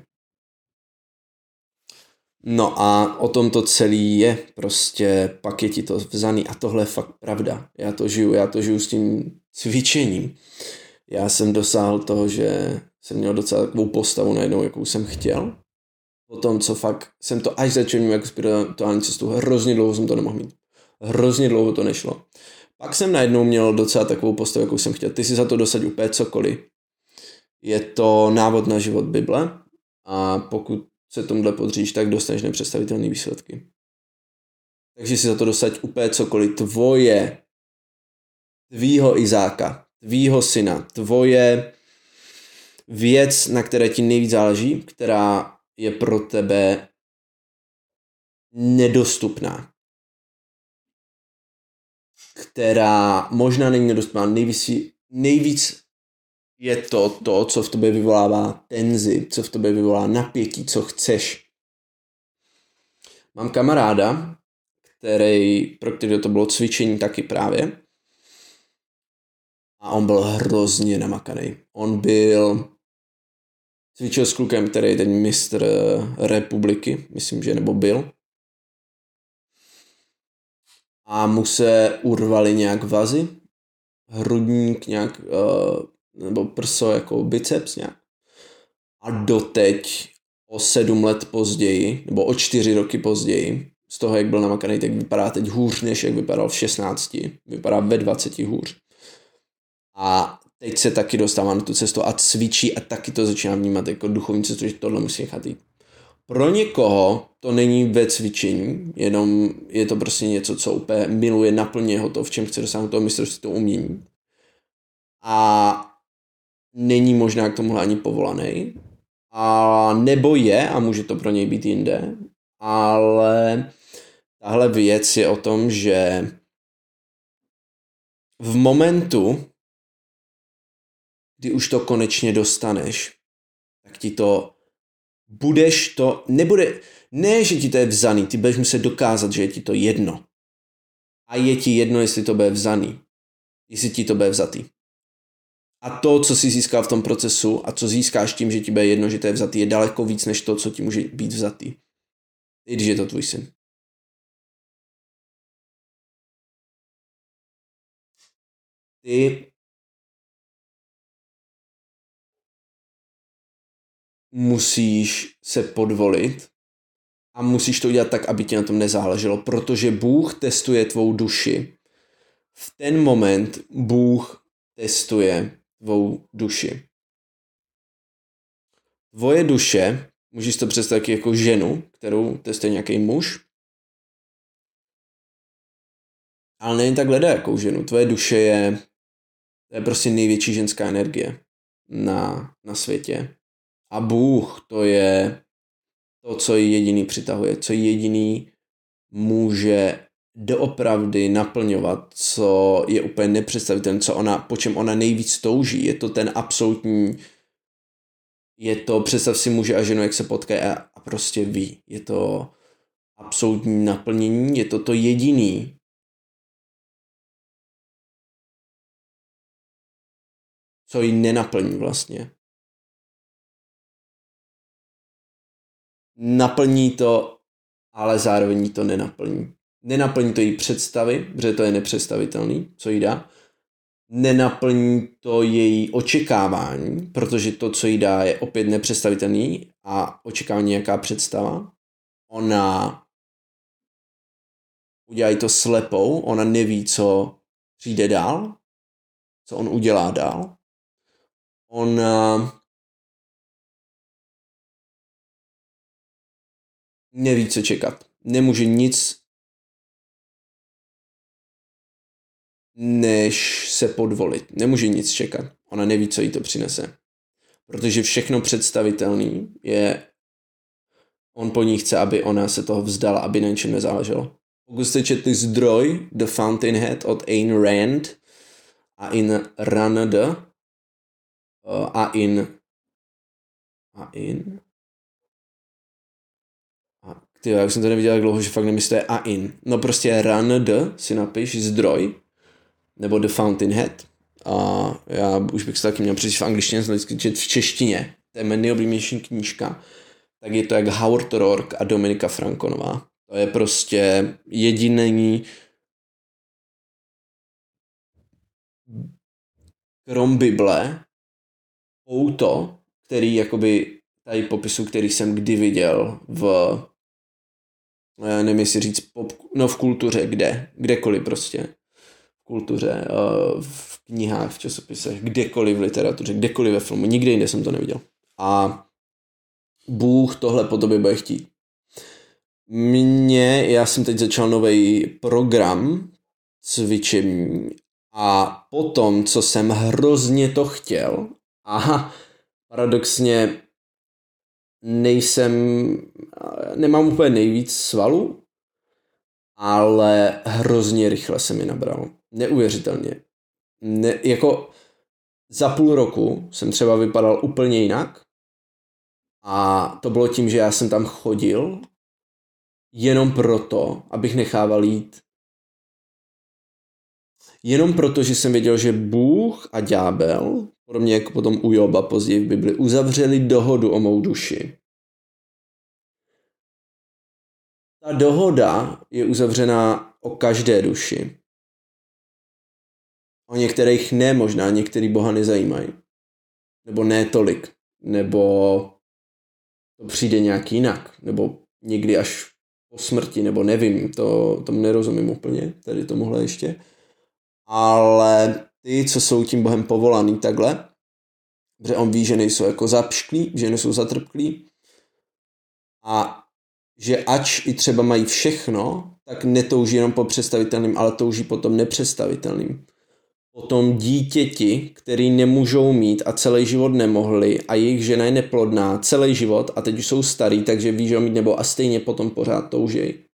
No a o tom to celý je, prostě pak je ti to vzaný a tohle je fakt pravda. Já to žiju, já to žiju s tím cvičením. Já jsem dosáhl toho, že jsem měl docela takovou postavu najednou, jakou jsem chtěl. Potom, co fakt jsem to až začal mít jako spirituální cestu, hrozně dlouho jsem to nemohl mít. Hrozně dlouho to nešlo. Pak jsem najednou měl docela takovou postavu, jakou jsem chtěl. Ty si za to dosaď úplně cokoliv. Je to návod na život Bible a pokud se tomuhle podříš, tak dostaneš nepředstavitelné výsledky. Takže si za to dosaď úplně cokoliv. Tvoje, tvýho Izáka, tvýho syna, tvoje věc, na které ti nejvíc záleží, která je pro tebe nedostupná. Která možná není nedostupná, nejvíc, nejvíc je to to, co v tobě vyvolává tenzi, co v tobě vyvolá napětí, co chceš. Mám kamaráda, který, pro kterého to bylo cvičení taky právě. A on byl hrozně namakaný. On byl, cvičil s klukem, který je teď mistr republiky, myslím, že nebo byl. A mu se urvali nějak vazy, hrudník nějak, uh, nebo prso jako biceps nějak. A doteď o sedm let později, nebo o čtyři roky později, z toho, jak byl namakaný, tak vypadá teď hůř, než jak vypadal v šestnácti. Vypadá ve dvaceti hůř. A teď se taky dostává na tu cestu a cvičí a taky to začíná vnímat jako duchovní cestu, že tohle musí nechat jít. Pro někoho to není ve cvičení, jenom je to prostě něco, co úplně miluje naplně ho to, v čem chce dosáhnout toho mistrovství, to umění. A není možná k tomuhle ani povolaný. A nebo je, a může to pro něj být jinde, ale tahle věc je o tom, že v momentu, kdy už to konečně dostaneš, tak ti to budeš to, nebude, ne, že ti to je vzaný, ty budeš muset dokázat, že je ti to jedno. A je ti jedno, jestli to bude vzaný, jestli ti to bude vzatý. A to, co jsi získal v tom procesu a co získáš tím, že ti bude jedno, že to je vzatý, je daleko víc, než to, co ti může být vzatý. I když je to tvůj syn. Ty musíš se podvolit a musíš to udělat tak, aby ti na tom nezáleželo, protože Bůh testuje tvou duši. V ten moment Bůh testuje tvou duši. Tvoje duše, můžeš to představit jako ženu, kterou testuje nějaký muž, ale nejen tak hledá jakou ženu. Tvoje duše je, to je prostě největší ženská energie na, na světě. A Bůh to je to, co ji jediný přitahuje, co ji jediný může doopravdy naplňovat, co je úplně nepředstavitelné, co ona, po čem ona nejvíc touží. Je to ten absolutní, je to, představ si muže a ženu, jak se potkají a, a prostě ví. Je to absolutní naplnění, je to to jediný, co ji nenaplní vlastně. Naplní to, ale zároveň to nenaplní. Nenaplní to její představy, protože to je nepředstavitelný, co jí dá. Nenaplní to její očekávání, protože to, co jí dá, je opět nepředstavitelný a očekávání nějaká představa. Ona udělá to slepou, ona neví, co přijde dál, co on udělá dál. Ona neví, co čekat. Nemůže nic, než se podvolit. Nemůže nic čekat. Ona neví, co jí to přinese. Protože všechno představitelný je, on po ní chce, aby ona se toho vzdala, aby na ničem nezáleželo. Pokud jste četli Zdroj, The Fountainhead od Ayn Rand a in Rand a in a in a tyjo, já jsem to neviděl tak dlouho, že fakt nemyslíte a in. No prostě Rand si napiš Zdroj nebo The Fountainhead a já už bych se taky měl přečíst v angličtině, jsem vždycky čet v češtině. To je mé nejoblíbenější knížka. Tak je to jak Howard Rourke a Dominika Frankonová. To je prostě jediný krom Bible pouto, který jakoby tady popisu, který jsem kdy viděl v, nevím jestli říct, pop, no v kultuře, kde, kdekoliv prostě. V kultuře, v knihách, v časopisech, kdekoliv v literatuře, kdekoliv ve filmu, nikde jinde jsem to neviděl. A Bůh tohle po tobě bude chtít. Mně, já jsem teď začal nový program cvičení a potom, co jsem hrozně to chtěl, a paradoxně nejsem, nemám úplně nejvíc svalů, ale hrozně rychle se mi nabral. Neuvěřitelně. Ne, jako za půl roku jsem třeba vypadal úplně jinak a to bylo tím, že já jsem tam chodil jenom proto, abych nechával jít. Jenom proto, že jsem věděl, že Bůh a ďábel, podobně jako potom u Joba později v Bibli, uzavřeli dohodu o mou duši. Ta dohoda je uzavřená o každé duši. O některých ne možná, některý Boha nezajímají. Nebo ne tolik. Nebo to přijde nějak jinak. Nebo někdy až po smrti, nebo nevím, to tomu nerozumím úplně, tady tomuhle ještě. Ale ty, co jsou tím Bohem povolaný takhle, protože on ví, že nejsou jako zapšklí, že nejsou zatrpklí a že ač i třeba mají všechno, tak netouží jenom po představitelným, ale touží po tom nepředstavitelným. Po tom dítěti, který nemůžou mít a celý život nemohli a jejich žena je neplodná celý život a teď už jsou starý, takže ví, že ho mít nebo a stejně potom pořád toužej.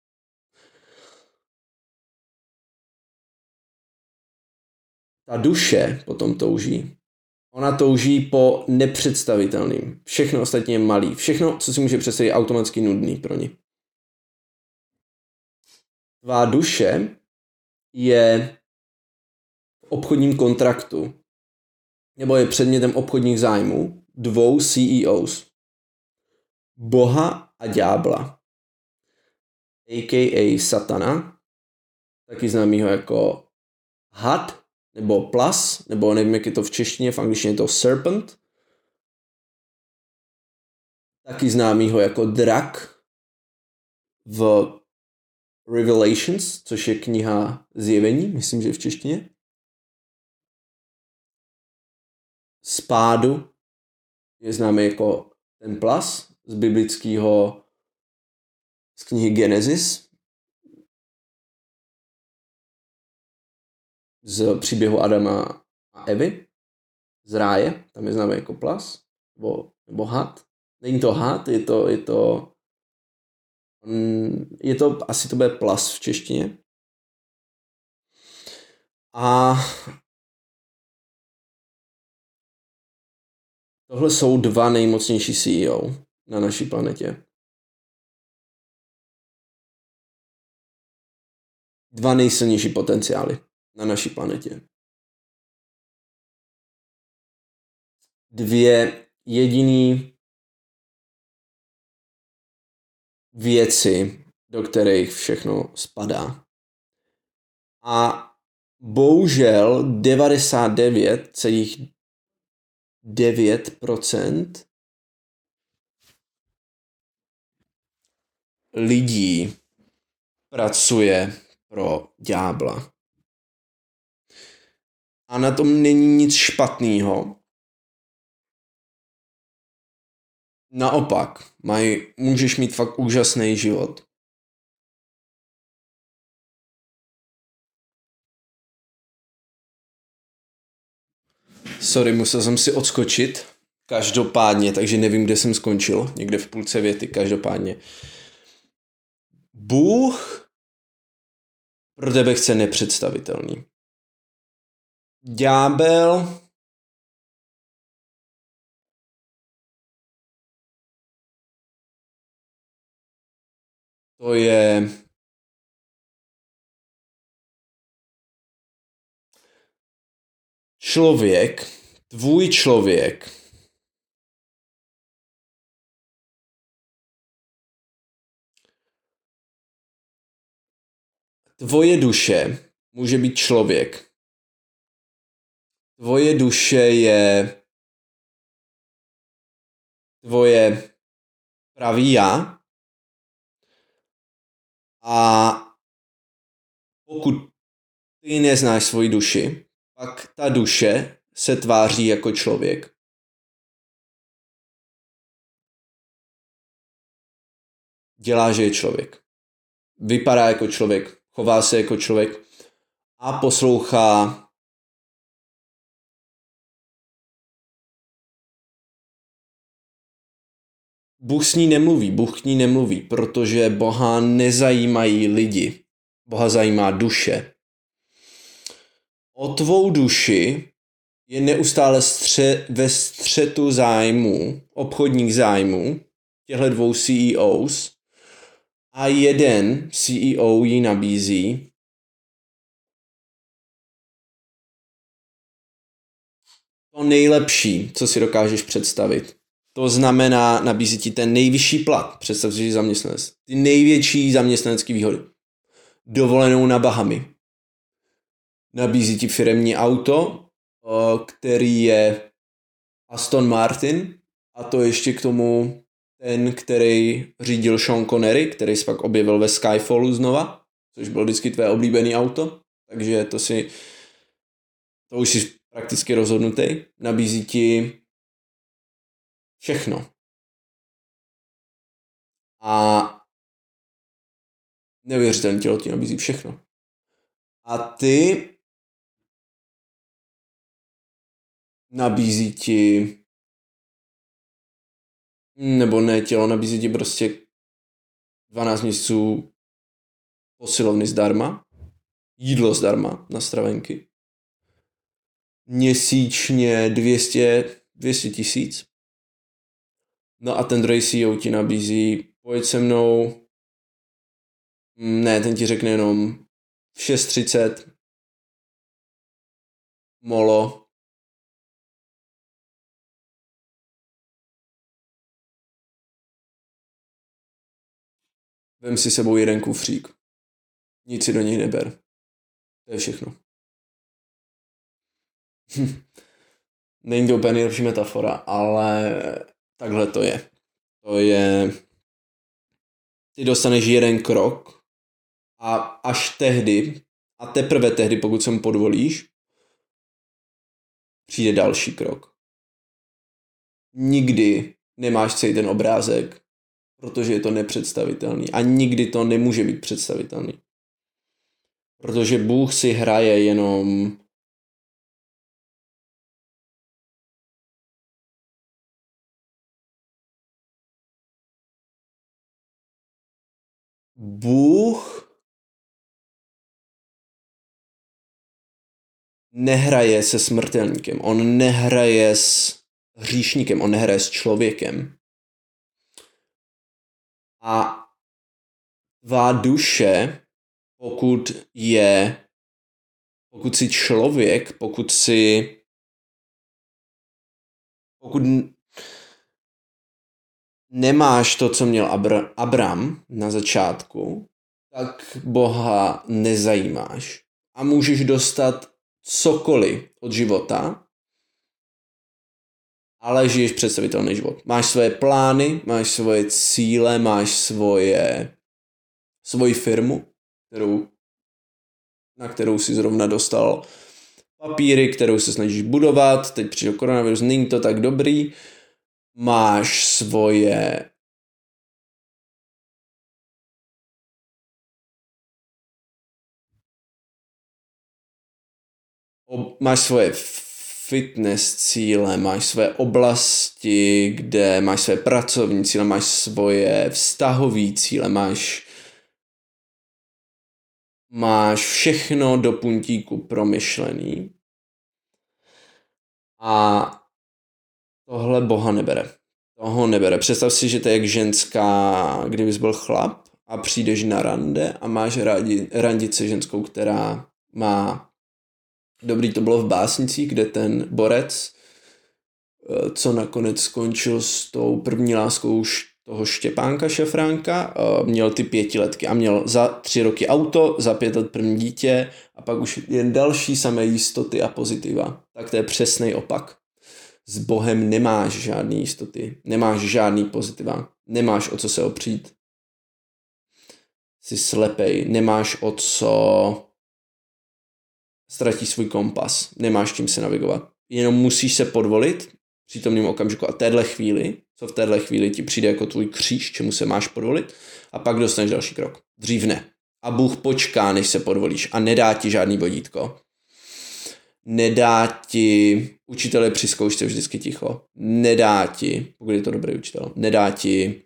Ta duše potom touží. Ona touží po nepředstavitelným. Všechno ostatně je malý. Všechno, co si může představit, je automaticky nudný pro ní. Tvá duše je v obchodním kontraktu nebo je předmětem obchodních zájmů dvou C E Os. Boha a ďábla. A K A Satana, taky známýho jako had, nebo plus, nebo nevím, jak je to v češtině, v angličtině je to serpent. Taky známýho jako drak v Revelations, což je kniha Zjevení, myslím, že v češtině. Spádu je známý jako ten plus z biblického, z knihy Genesis, z příběhu Adama a Evy, z ráje, tam je známý jako plus, nebo, nebo had. Není to had, je to, je to, je to, asi to bude plus v češtině. A tohle jsou dva nejmocnější C E O na naší planetě. Dva nejsilnější potenciály na naší planetě. Dvě jediný věci, do kterých všechno spadá. A bohužel devadesát devět celá devět procent lidí pracuje pro ďábla. A na tom není nic špatného. Naopak, maj, můžeš mít fakt úžasný život. Sorry, musel jsem si odskočit. Každopádně, takže nevím, kde jsem skončil. Někde v půlce věty, každopádně. Bůh pro tebe chce nepředstavitelný. Ďábel to je člověk, tvůj člověk, tvoje duše může být člověk. Tvoje duše je tvoje pravý já a pokud ty neznáš svoji duši, pak ta duše se tváří jako člověk. Dělá, že je člověk. Vypadá jako člověk, chová se jako člověk a poslouchá Bůh s ní nemluví, Bůh k ní nemluví, protože Boha nezajímají lidi. Boha zajímá duše. O tvou duši je neustále stře- ve střetu zájmu, obchodních zájmů, těchto dvou C E Os a jeden C E O ji nabízí to nejlepší, co si dokážeš představit. To znamená, nabízí ti ten nejvyšší plat, představ si zaměstnanec, ty největší zaměstnanecké výhody. Dovolenou na Bahamy. Nabízí ti firemní auto, který je Aston Martin a to ještě k tomu ten, který řídil Sean Connery, který se pak objevil ve Skyfallu znova, což bylo vždycky tvé oblíbené auto, takže to si to už jsi prakticky rozhodnutý. Nabízí ti všechno. A neuvěřitelný tělo ti nabízí všechno. A ty nabízí ti nebo ne, tělo nabízí ti prostě dvanáct měsíců posilovny zdarma, jídlo zdarma na stravenky, měsíčně dvě stě tisíc. No a ten druhý C E O ti nabízí, pojď se mnou, ne, ten ti řekne jenom v šest třicet, molo, vem si sebou jeden kufřík, nic si do něj neber, to je všechno. Není to úplně nejlepší metafora, ale takhle to je. To je, ty dostaneš jeden krok a až tehdy, a teprve tehdy, pokud se mu podvolíš, přijde další krok. Nikdy nemáš celý ten obrázek, protože je to nepředstavitelný. A nikdy to nemůže být představitelný. Protože Bůh si hraje jenom Bůh nehraje se smrtelníkem, on nehraje s hříšníkem, on nehraje s člověkem. A tvá duše, pokud je, pokud jsi člověk, pokud jsi, pokud nemáš to, co měl Abra- Abram na začátku, tak Boha nezajímáš. A můžeš dostat cokoliv od života, ale žiješ představitelný život. Máš svoje plány, máš svoje cíle, máš svoje, svoji firmu, kterou, na kterou si zrovna dostal papíry, kterou se snažíš budovat, teď přišel koronavirus, není to tak dobrý, máš svoje máš svoje fitness cíle, máš svoje oblasti, kde máš své pracovní cíle, máš svoje vztahové cíle, máš máš všechno do puntíku promyšlený a tohle Boha nebere. Toho nebere. Představ si, že to je jak ženská, kdybys byl chlap a přijdeš na rande a máš rádi, randit se ženskou, která má dobrý, to bylo v Básnicích, kde ten borec, co nakonec skončil s tou první láskou toho Štěpánka Šafránka, měl ty pětiletky a měl za tři roky auto, za pět let první dítě a pak už jen další samé jistoty a pozitiva. Tak to je přesný opak. S Bohem nemáš žádný jistoty, nemáš žádný pozitiva, nemáš o co se opřít. Jsi slepej, nemáš o co ztratíš svůj kompas, nemáš čím se navigovat. Jenom musíš se podvolit v přítomném okamžiku a téhle chvíli, co v téhle chvíli ti přijde jako tvůj kříž, čemu se máš podvolit a pak dostaneš další krok. Dřív ne. A Bůh počká, než se podvolíš a nedá ti žádný vodítko. Nedá ti, učitel je při zkoušce vždycky ticho, nedá ti, pokud je to dobrý učitel, nedá ti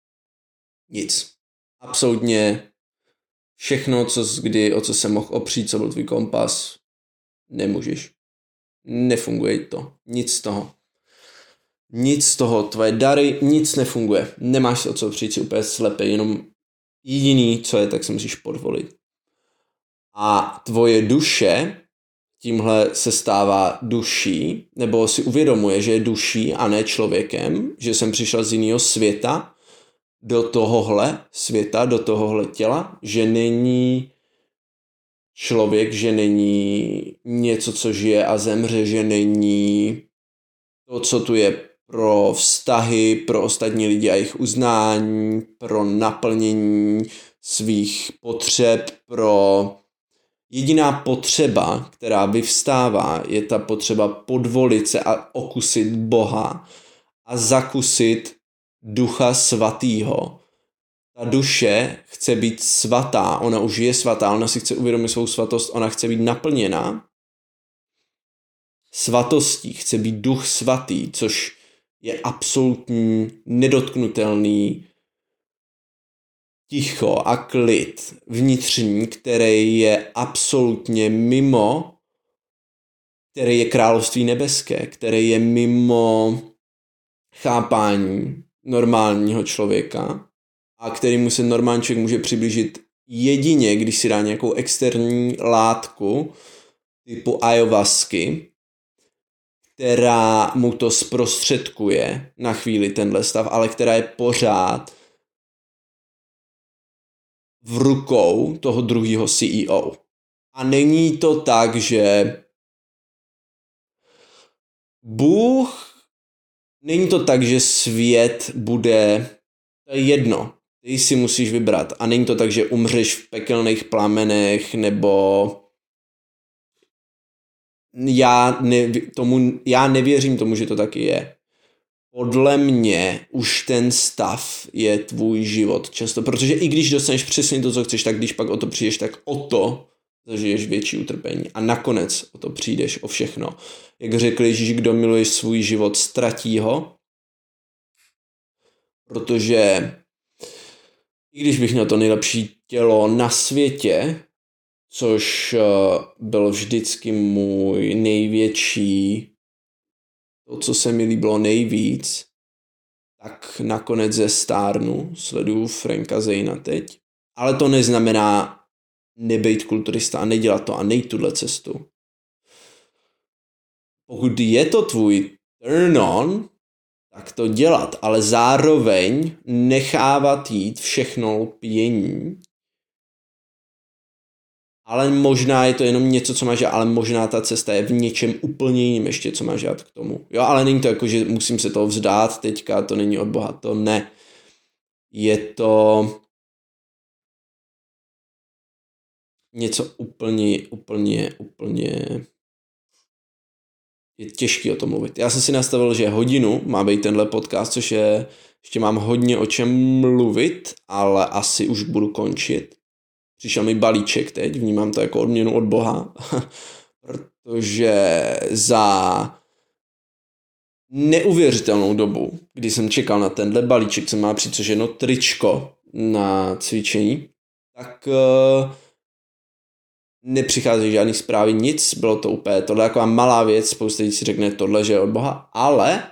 nic. Absolutně všechno, co kdy, o co se mohl opřít, co byl tvůj kompas, nemůžeš. Nefunguje to. Nic z toho. Nic z toho. Tvoje dary, nic nefunguje. Nemáš se o co opřít, si úplně slepý, jenom jediný, co je, tak se musíš podvolit. A tvoje duše tímhle se stává duší, nebo si uvědomuje, že je duší a ne člověkem, že jsem přišel z jiného světa, do tohohle světa, do tohohle těla, že není člověk, že není něco, co žije a zemře, že není to, co tu je pro vztahy, pro ostatní lidi a jejich uznání, pro naplnění svých potřeb, pro jediná potřeba, která vyvstává, je ta potřeba podvolit se a okusit Boha a zakusit Ducha svatýho. Ta duše chce být svatá, ona už je svatá, ona si chce uvědomit svou svatost, ona chce být naplněná svatostí, chce být Duch svatý, což je absolutní, nedotknutelný ticho a klid vnitřní, který je absolutně mimo, který je království nebeské, který je mimo chápání normálního člověka a kterýmu se normální člověk může přiblížit jedině, když si dá nějakou externí látku typu ayahuasky, která mu to zprostředkuje na chvíli tenhle stav, ale která je pořád v rukou toho druhého C E O. A není to tak, že Bůh Není to tak, že svět bude, to je jedno, ty si musíš vybrat a není to tak, že umřeš v pekelných plamenech nebo já, ne, tomu, já nevěřím tomu, že to taky je. Podle mě už ten stav je tvůj život často, protože i když dostaneš přesně to, co chceš, tak když pak o to přijdeš, tak o to zažiješ větší utrpení a nakonec o to přijdeš, o všechno. Jak řekl Ježíš, kdo miluje svůj život, ztratí ho, protože i když bych měl to nejlepší tělo na světě, což byl vždycky můj největší, to, co se mi líbilo nejvíc, tak nakonec ze stárnu, sleduju Franka Zayna teď. Ale to neznamená nebejt kulturista a nedělat to a nejít tuhle cestu. Pokud je to tvůj turn on, tak to dělat, ale zároveň nechávat jít všechno lpění. Ale možná je to jenom něco, co máš dělat, ale možná ta cesta je v něčem úplně jiném ještě, co máš dělat k tomu. Jo, ale není to jako, že musím se toho vzdát teďka, to není od Boha, to ne. Je to něco úplně, úplně, úplně... Je těžký o tom mluvit. Já jsem si nastavil, že hodinu má být tenhle podcast, což je, ještě mám hodně o čem mluvit, ale asi už budu končit. Přišel mi balíček teď, vnímám to jako odměnu od Boha, protože za neuvěřitelnou dobu, kdy jsem čekal na tenhle balíček, jsem má přijít, což je jedno tričko na cvičení, tak uh, nepřichází žádný zprávy, nic, bylo to úplně, tohle je taková malá věc, spousta lidí si řekne tohle, že je od Boha, ale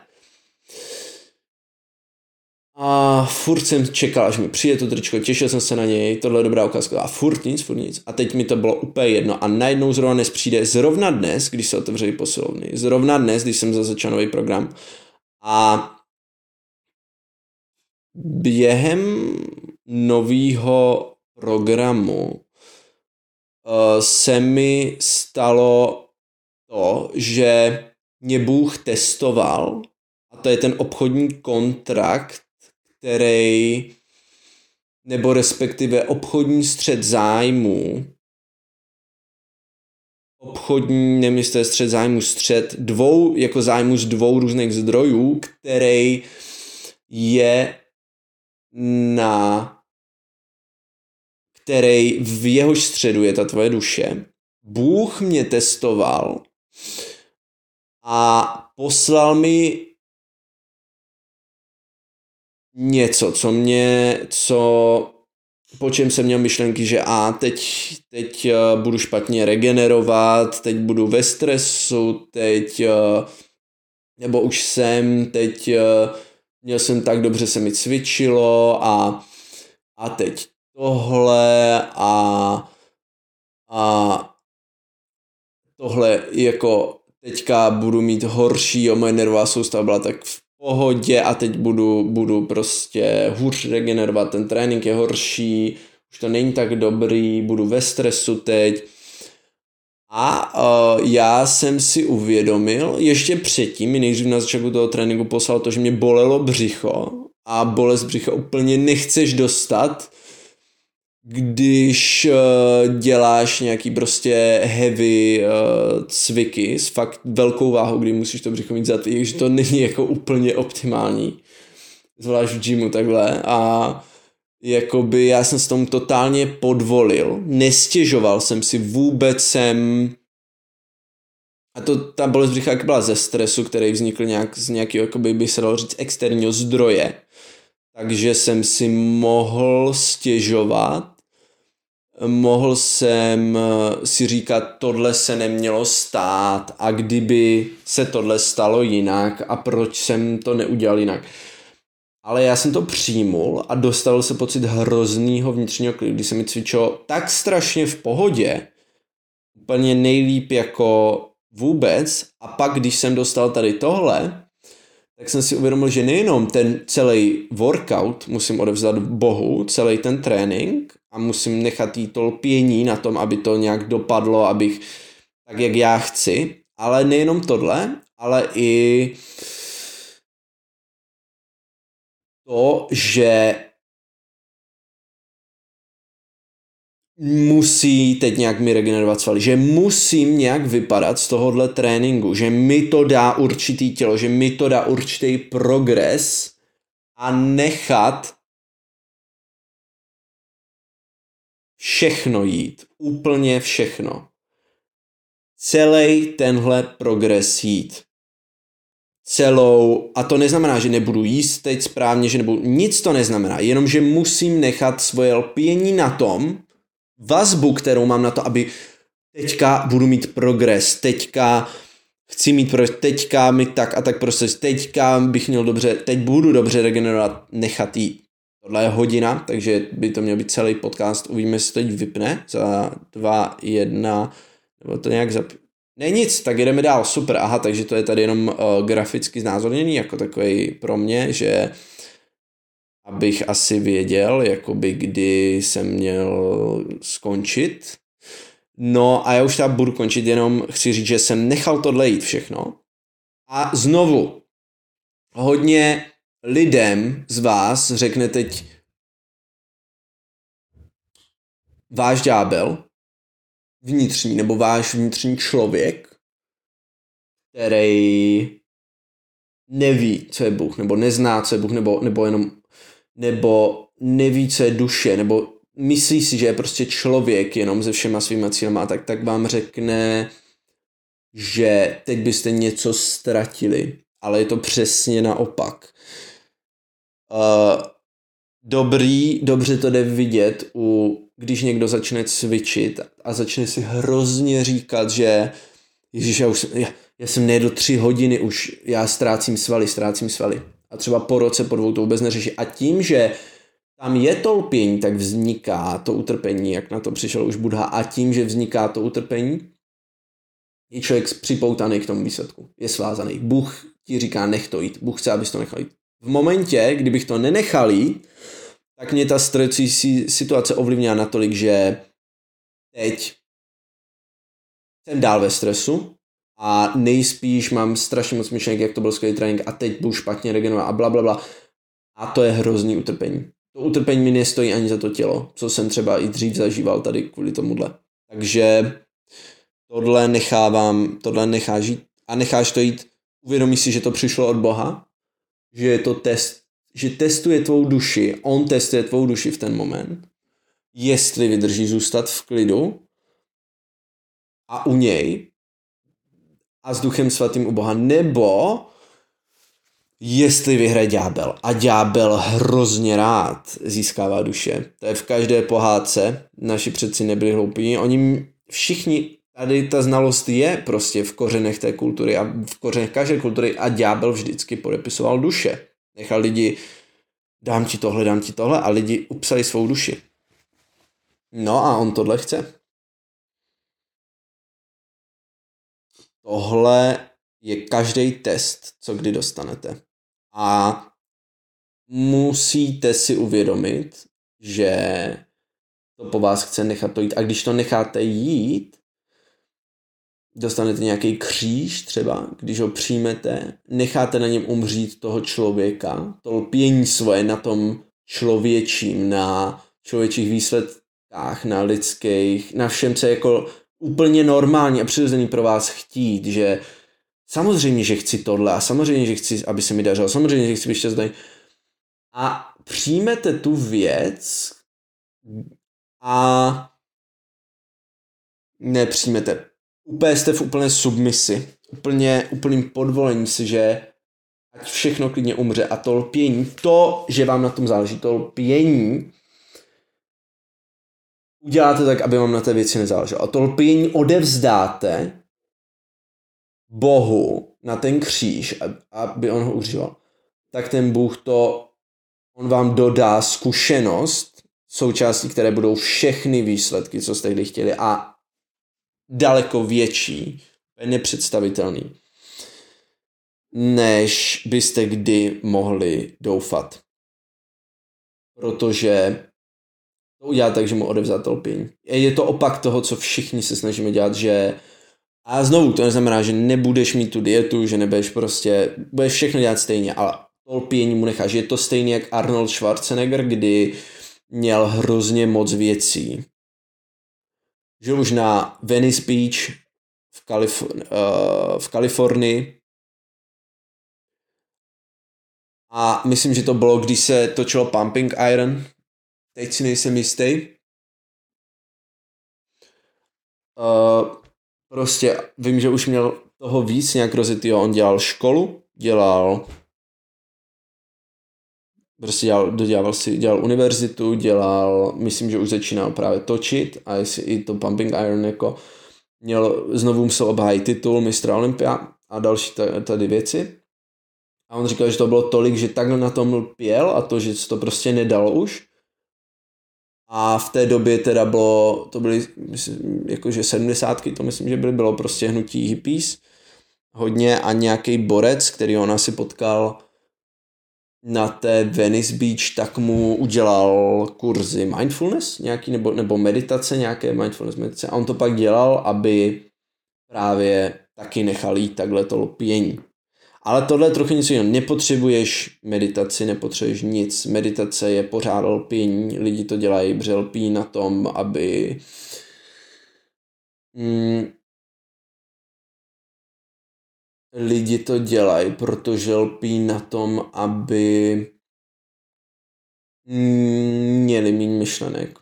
a furt jsem čekal, až mi přijde to tričko, těšil jsem se na něj, tohle je dobrá ukázka a furt nic, furt nic a teď mi to bylo úplně jedno a najednou zrovna dnes přijde, zrovna dnes, když se otevřeli posilovny, zrovna dnes, když jsem začal nový program a během nového programu uh, se mi stalo to, že mě Bůh testoval a to je ten obchodní kontrakt, který, nebo respektive obchodní střet zájmů, obchodní, nevím, jestli to je střet zájmů, střet dvou, jako zájmu z dvou různých zdrojů, který je na, který v jehož středu je ta tvoje duše. Bůh mě testoval a poslal mi něco, co mě, co, po čem jsem měl myšlenky, že a teď, teď uh, budu špatně regenerovat, teď budu ve stresu, teď, uh, nebo už jsem, teď uh, měl jsem tak dobře, se mi cvičilo a, a teď tohle a, a tohle jako teďka budu mít horší a moje nervová soustava byla tak v pohodě a teď budu, budu prostě hůř regenerovat, ten trénink je horší, už to není tak dobrý, budu ve stresu teď. A uh, já jsem si uvědomil, ještě předtím, mi nejdřív na začátku toho tréninku poslal to, že mě bolelo břicho a bolest břicha úplně nechceš dostat, když uh, děláš nějaký prostě heavy uh, cviky s fakt velkou váhou, kdy musíš to břicho mít zatvý, takže to není jako úplně optimální, zvlášť v gymu takhle a jakoby já jsem s tomu totálně podvolil, nestěžoval jsem si, vůbec jsem a to ta bolest břicha jak byla ze stresu, který vznikl nějak z nějakého, jakoby by se dalo říct, externího zdroje, takže jsem si mohl stěžovat, mohl jsem si říkat, tohle se nemělo stát a kdyby se tohle stalo jinak a proč jsem to neudělal jinak. Ale já jsem to přijmul a dostal se pocit hroznýho vnitřního klidu, kdy se mi cvičilo tak strašně v pohodě, úplně nejlíp jako vůbec a pak, když jsem dostal tady tohle, tak jsem si uvědomil, že nejenom ten celý workout musím odevzdat Bohu, celý ten trénink a musím nechat jí to lpění na tom, aby to nějak dopadlo, abych tak, jak já chci, ale nejenom tohle, ale i to, že musí teď nějak mi regenerovat svaly, že musím nějak vypadat z tohohle tréninku, že mi to dá určitý tělo, že mi to dá určitý progres a nechat všechno jít, úplně všechno. Celý tenhle progres jít. Celou, a to neznamená, že nebudu jíst teď správně, že nebudu, nic to neznamená, jenom že musím nechat svoje lpění na tom, vazbu, kterou mám na to, aby teďka budu mít progres, teďka chci mít progres, teďka mít tak a tak prostě, teďka bych měl dobře, teď budu dobře regenerovat, nechat jít. Tohle je hodina, takže by to měl být celý podcast, uvidíme, jestli teď vypne za dva, jedna, nebo to nějak zap... Ne nic, tak jdeme dál, super, aha, takže to je tady jenom uh, graficky znázorněný, jako takový pro mě, že abych asi věděl, jakoby kdy jsem měl skončit. No a já už tam budu končit, jenom chci říct, že jsem nechal tohle jít všechno. A znovu, hodně lidem z vás řekne teď váš ďábel vnitřní, nebo váš vnitřní člověk, který neví, co je Bůh, nebo nezná, co je Bůh, nebo, nebo jenom nebo neví, co je duše, nebo myslí si, že je prostě člověk jenom se všema svýma cílema a tak, tak vám řekne, že teď byste něco ztratili, ale je to přesně naopak. Uh, dobrý, dobře to jde vidět, u, když někdo začne cvičit a začne si hrozně říkat, že Ježíš, já, už, já, já jsem nejedl tři hodiny už, já ztrácím svaly, ztrácím svaly. A třeba po roce, po dvou to vůbec neřeší. A tím, že tam je to lpění, tak vzniká to utrpení, jak na to přišel už Buddha. A tím, že vzniká to utrpení, je člověk připoutaný k tomu výsledku. Je svázaný. Bůh ti říká, nech to jít. Bůh chce, abys to nechal jít. V momentě, kdybych to nenechal jít, tak mě ta stresující situace ovlivnila natolik, že teď jsem dál ve stresu a nejspíš mám strašně moc myšlenek, jak to byl skvělý trénink a teď budu špatně regenerovat a bla, bla, bla. A to je hrozný utrpení. To utrpení mi nestojí ani za to tělo, co jsem třeba i dřív zažíval tady kvůli tomuhle. Takže tohle nechávám, tohle necháš jít a necháš to jít, uvědomíš si, že to přišlo od Boha, že je to test, že testuje tvou duši, on testuje tvou duši v ten moment, jestli vydrží zůstat v klidu a u něj a s Duchem Svatým u Boha, nebo jestli vyhraje ďábel. A ďábel hrozně rád získává duše. To je v každé pohádce. Naši předci nebyli hloupí. Oni všichni, tady ta znalost je prostě v kořenech té kultury a v kořenech každé kultury a ďábel vždycky podepisoval duše. Nechal lidi, dám ti tohle, dám ti tohle a lidi upsali svou duši. No a on tohle chce. Tohle je každý test, co kdy dostanete. A musíte si uvědomit, že to po vás chce nechat to jít. A když to necháte jít, dostanete nějaký kříž třeba, když ho přijmete, necháte na něm umřít toho člověka, to lpění svoje na tom člověčím, na člověčích výsledkách, na lidských, na všem, co je jako úplně normální a přirozený pro vás chtít, že samozřejmě, že chci tohle a samozřejmě, že chci, aby se mi dařilo, samozřejmě, že chci být šťastný. A přijmete tu věc a nepřijmete. Úplně jste v úplné submisi, úplně, úplným podvolení si, že ať všechno klidně umře a to lpění, to, že vám na tom záleží, to lpění uděláte tak, aby vám na té věci nezáleželo. A to lpění odevzdáte Bohu na ten kříž, aby on ho uříval. Tak ten Bůh to, on vám dodá zkušenost, součástí, které budou všechny výsledky, co jste kdy chtěli a daleko větší, nepředstavitelný, než byste kdy mohli doufat. Protože to udělá tak, že mu odevzdáte lpění. Je to opak toho, co všichni se snažíme dělat, že a znovu, to neznamená, že nebudeš mít tu dietu, že nebudeš prostě, budeš všechno dělat stejně, ale to lpění mu necháš. Je to stejný jak Arnold Schwarzenegger, kdy měl hrozně moc věcí. Žil už na Venice Beach v, Kalif- uh, v Kalifornii a myslím, že to bylo, když se točilo Pumping Iron. Teď si nejsem jistý. Uh, prostě vím, že už měl toho víc nějak rozjetýho. On dělal školu, dělal prostě dělal, dodělával si, dělal univerzitu, dělal, myslím, že už začínal právě točit a jestli i to Pumping Iron jako měl, znovu musel obhájit titul mistra Olympia a další tady věci. A on říkal, že to bylo tolik, že takhle na tom lpěl a to, že se to prostě nedalo už. A v té době teda bylo, to byly myslím, jakože sedmdesátky, to myslím, že byly, bylo prostě hnutí hippies hodně a nějaký borec, který on asi potkal na té Venice Beach, tak mu udělal kurzy mindfulness nějaký, nebo, nebo meditace, nějaké mindfulness meditace a on to pak dělal, aby právě taky nechal jít takhle to lpění. Ale tohle je trochu něco jiného. Nepotřebuješ meditaci, nepotřebuješ nic. Meditace je pořád lpění. Lidi to dělají, protože lpí na tom, aby... Mm, lidi to dělají, protože lpí na tom, aby mm, měli méně myšlenek.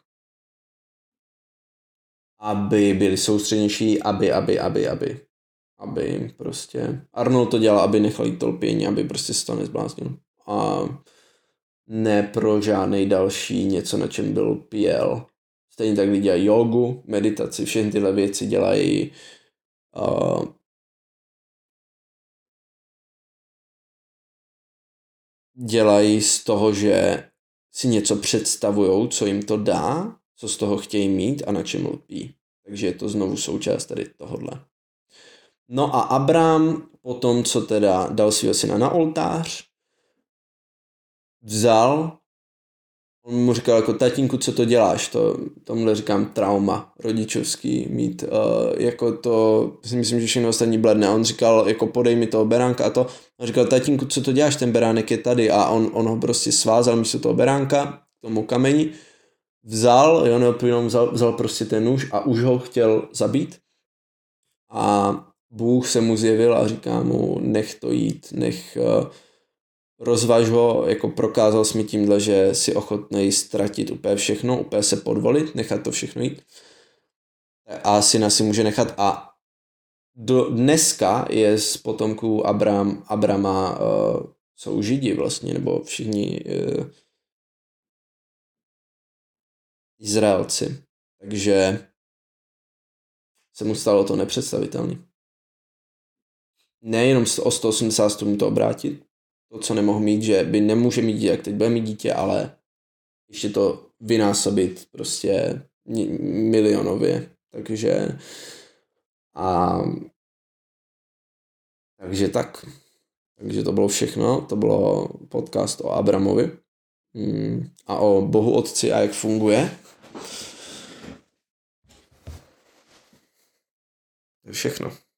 Aby byli soustřednější, aby, aby, aby, aby. Aby prostě... Arnold to dělal, aby nechal jít to lpění, aby prostě se to nezbláznil. A ne pro žádnej další něco, na čem byl pěl. Stejně tak lidi dělají jogu, meditaci, všechny tyhle věci dělají uh, dělají z toho, že si něco představujou, co jim to dá, co z toho chtějí mít a na čem lpí. Takže je to znovu součást tady tohodle. No a Abrám potom, co teda dal svého syna na oltář, vzal, on mu říkal jako tatínku, co to děláš, to, tomuhle říkám trauma rodičovský mít, uh, jako to, si myslím, že všechno ostatní bledne, a on říkal, jako podej mi toho beránka a to, a říkal, tatínku, co to děláš, ten beránek je tady a on, on ho prostě svázal místo toho beránka k tomu kameni, vzal, jo, neopět vzal, vzal prostě ten nůž a už ho chtěl zabít a Bůh se mu zjevil a říká mu, nech to jít, nech uh, rozvaž ho, jako prokázal jsi mi tímhle, že si ochotnej ztratit úplně všechno, úplně se podvolit, nechat to všechno jít. A syna si může nechat a do dneska je z potomků Abram, Abrama uh, jsou Židi vlastně, nebo všichni uh, Izraelci. Takže se mu stalo to nepředstavitelné. Nejenom o sto osmdesát stupňů to obrátit, to, co nemohl mít, že by nemůže mít dítě, jak teď bude mít dítě, ale ještě to vynásobit prostě milionově. Takže a takže tak. Takže to bylo všechno. To bylo podcast o Abramovi a o Bohu Otci a jak funguje. To je všechno.